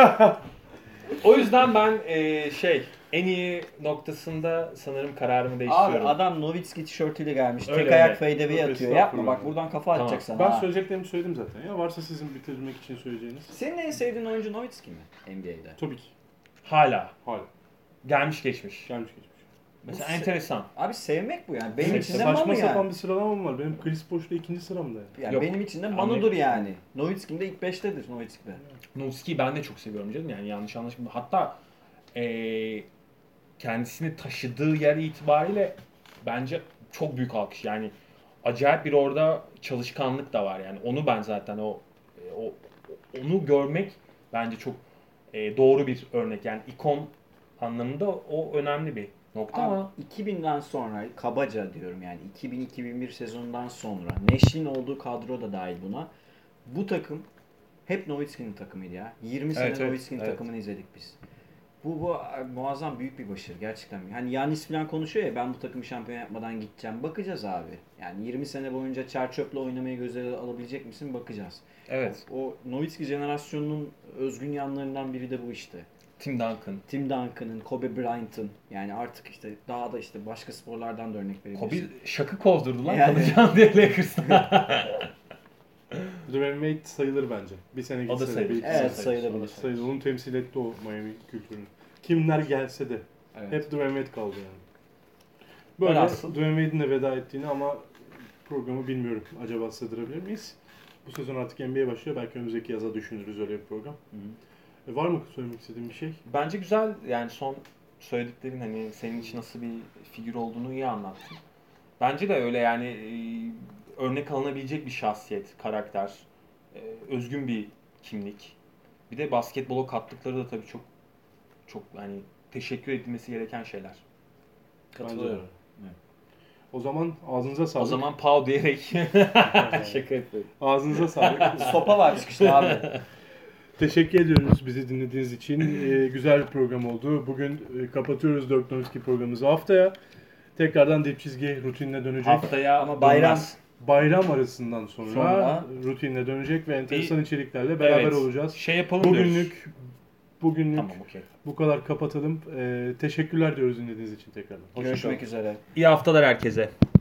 O yüzden ben e, şey en iyi noktasında sanırım kararımı Abi değiştiriyorum. adam Nowitzki tişörtüyle gelmiş. Öyle Tek ayak öyle. fadeaway Yok, atıyor. Yapma estağfurullah. bak buradan kafa Tamam. atacak sana. Ben ha. söyleyeceklerimi söyledim zaten ya. Varsa sizin bitirmek için söyleyeceğiniz. Senin en sevdiğin oyuncu Nowitzki mi N B A'de? Tabii ki. Hala Hala. gelmiş geçmiş. Gelmiş geçmiş. Mesela Bu se- enteresan. Abi sevmek bu yani. Benim Evet, için de Saçma Manu sapan yani. bir sıralamam var. Benim Chris Bosh'ta ikinci sıramda yani. Yani Yok. benim için de Anlayın. Manu'dur yani. Nowitzki'nin de ilk beştedir Nowitzki'de. Nowitzki'yi ben de çok seviyorum canım yani yanlış anlaşılma. Hatta e, kendisini taşıdığı yer itibariyle bence çok büyük alkış. Yani acayip bir orada çalışkanlık da var yani. Onu ben zaten o e, o onu görmek bence çok e, doğru bir örnek. Yani ikon anlamında o önemli bir nokta Ama ama iki binden sonra kabaca diyorum yani iki bin iki bin bir sezonundan sonra Neş'in olduğu kadro da dahil buna. Bu takım hep Nowitzki'nin takımıydı ya. yirmi sene Evet, evet, Nowitzki'nin evet. takımını izledik biz. Bu, bu muazzam büyük bir başarı gerçekten. Hani Yannis falan konuşuyor ya ben bu takımı şampiyon yapmadan gideceğim. Bakacağız abi. Yani yirmi sene boyunca Çerçöp'le oynamayı göze alabilecek misin? Bakacağız. evet. O, o Nowitzki jenerasyonunun özgün yanlarından biri de bu işte. Tim Duncan. Tim Duncan'ın, Kobe Bryant'ın yani artık işte daha da işte başka sporlardan da örnek verebilirsin. Kobe şakı kovdurdu lan Yani. kalacağım diye Lakers'ta. Dwayne Wade sayılır bence. Bir sene O da gitse de. sayılır. bir iki Evet, sene sayılabilir. sayılır. Onu temsil etti o Miami kültürünü. Kimler gelse de. Evet. Hep Dwayne Wade kaldı yani. Böyle Velhasıl- Dwayne Wade'in de veda ettiğini ama programı bilmiyorum. Acaba sığdırabilir miyiz? Bu sezon artık N B A başlıyor. Belki önümüzdeki yaza düşünürüz öyle bir program. Hı hı. E, var mı söylemek istediğin bir şey? Bence güzel yani son söylediklerin hani senin için nasıl bir figür olduğunu iyi anlattın. Bence de öyle yani e, örnek alınabilecek bir şahsiyet, karakter, e, özgün bir kimlik. Bir de basketbola kattıkları da tabii çok çok hani teşekkür edilmesi gereken şeyler. Katılıyorum. Bence de. O zaman ağzınıza sağlık. O zaman Pau diyerek şaka yapıyorum. Ağzınıza sağlık. Sopa var çıkışta abi. Teşekkür ediyoruz bizi dinlediğiniz için. Ee, güzel bir program oldu. Bugün e, kapatıyoruz Dirk Nowitzki programımızı. Haftaya tekrardan dip çizgi rutinine dönecek. Haftaya Ama bayram- dönmez. Bayram arasından sonra, Sonra- rutinine dönecek ve enteresan Bir- içeriklerle beraber Evet, olacağız. Şey yapalım diyoruz. Bugünlük bugünlük Tamam okey. bu kadar kapatalım. Ee, teşekkürler diyoruz dinlediğiniz için tekrardan. Hoşça Görüşmek kalın. üzere. İyi haftalar herkese.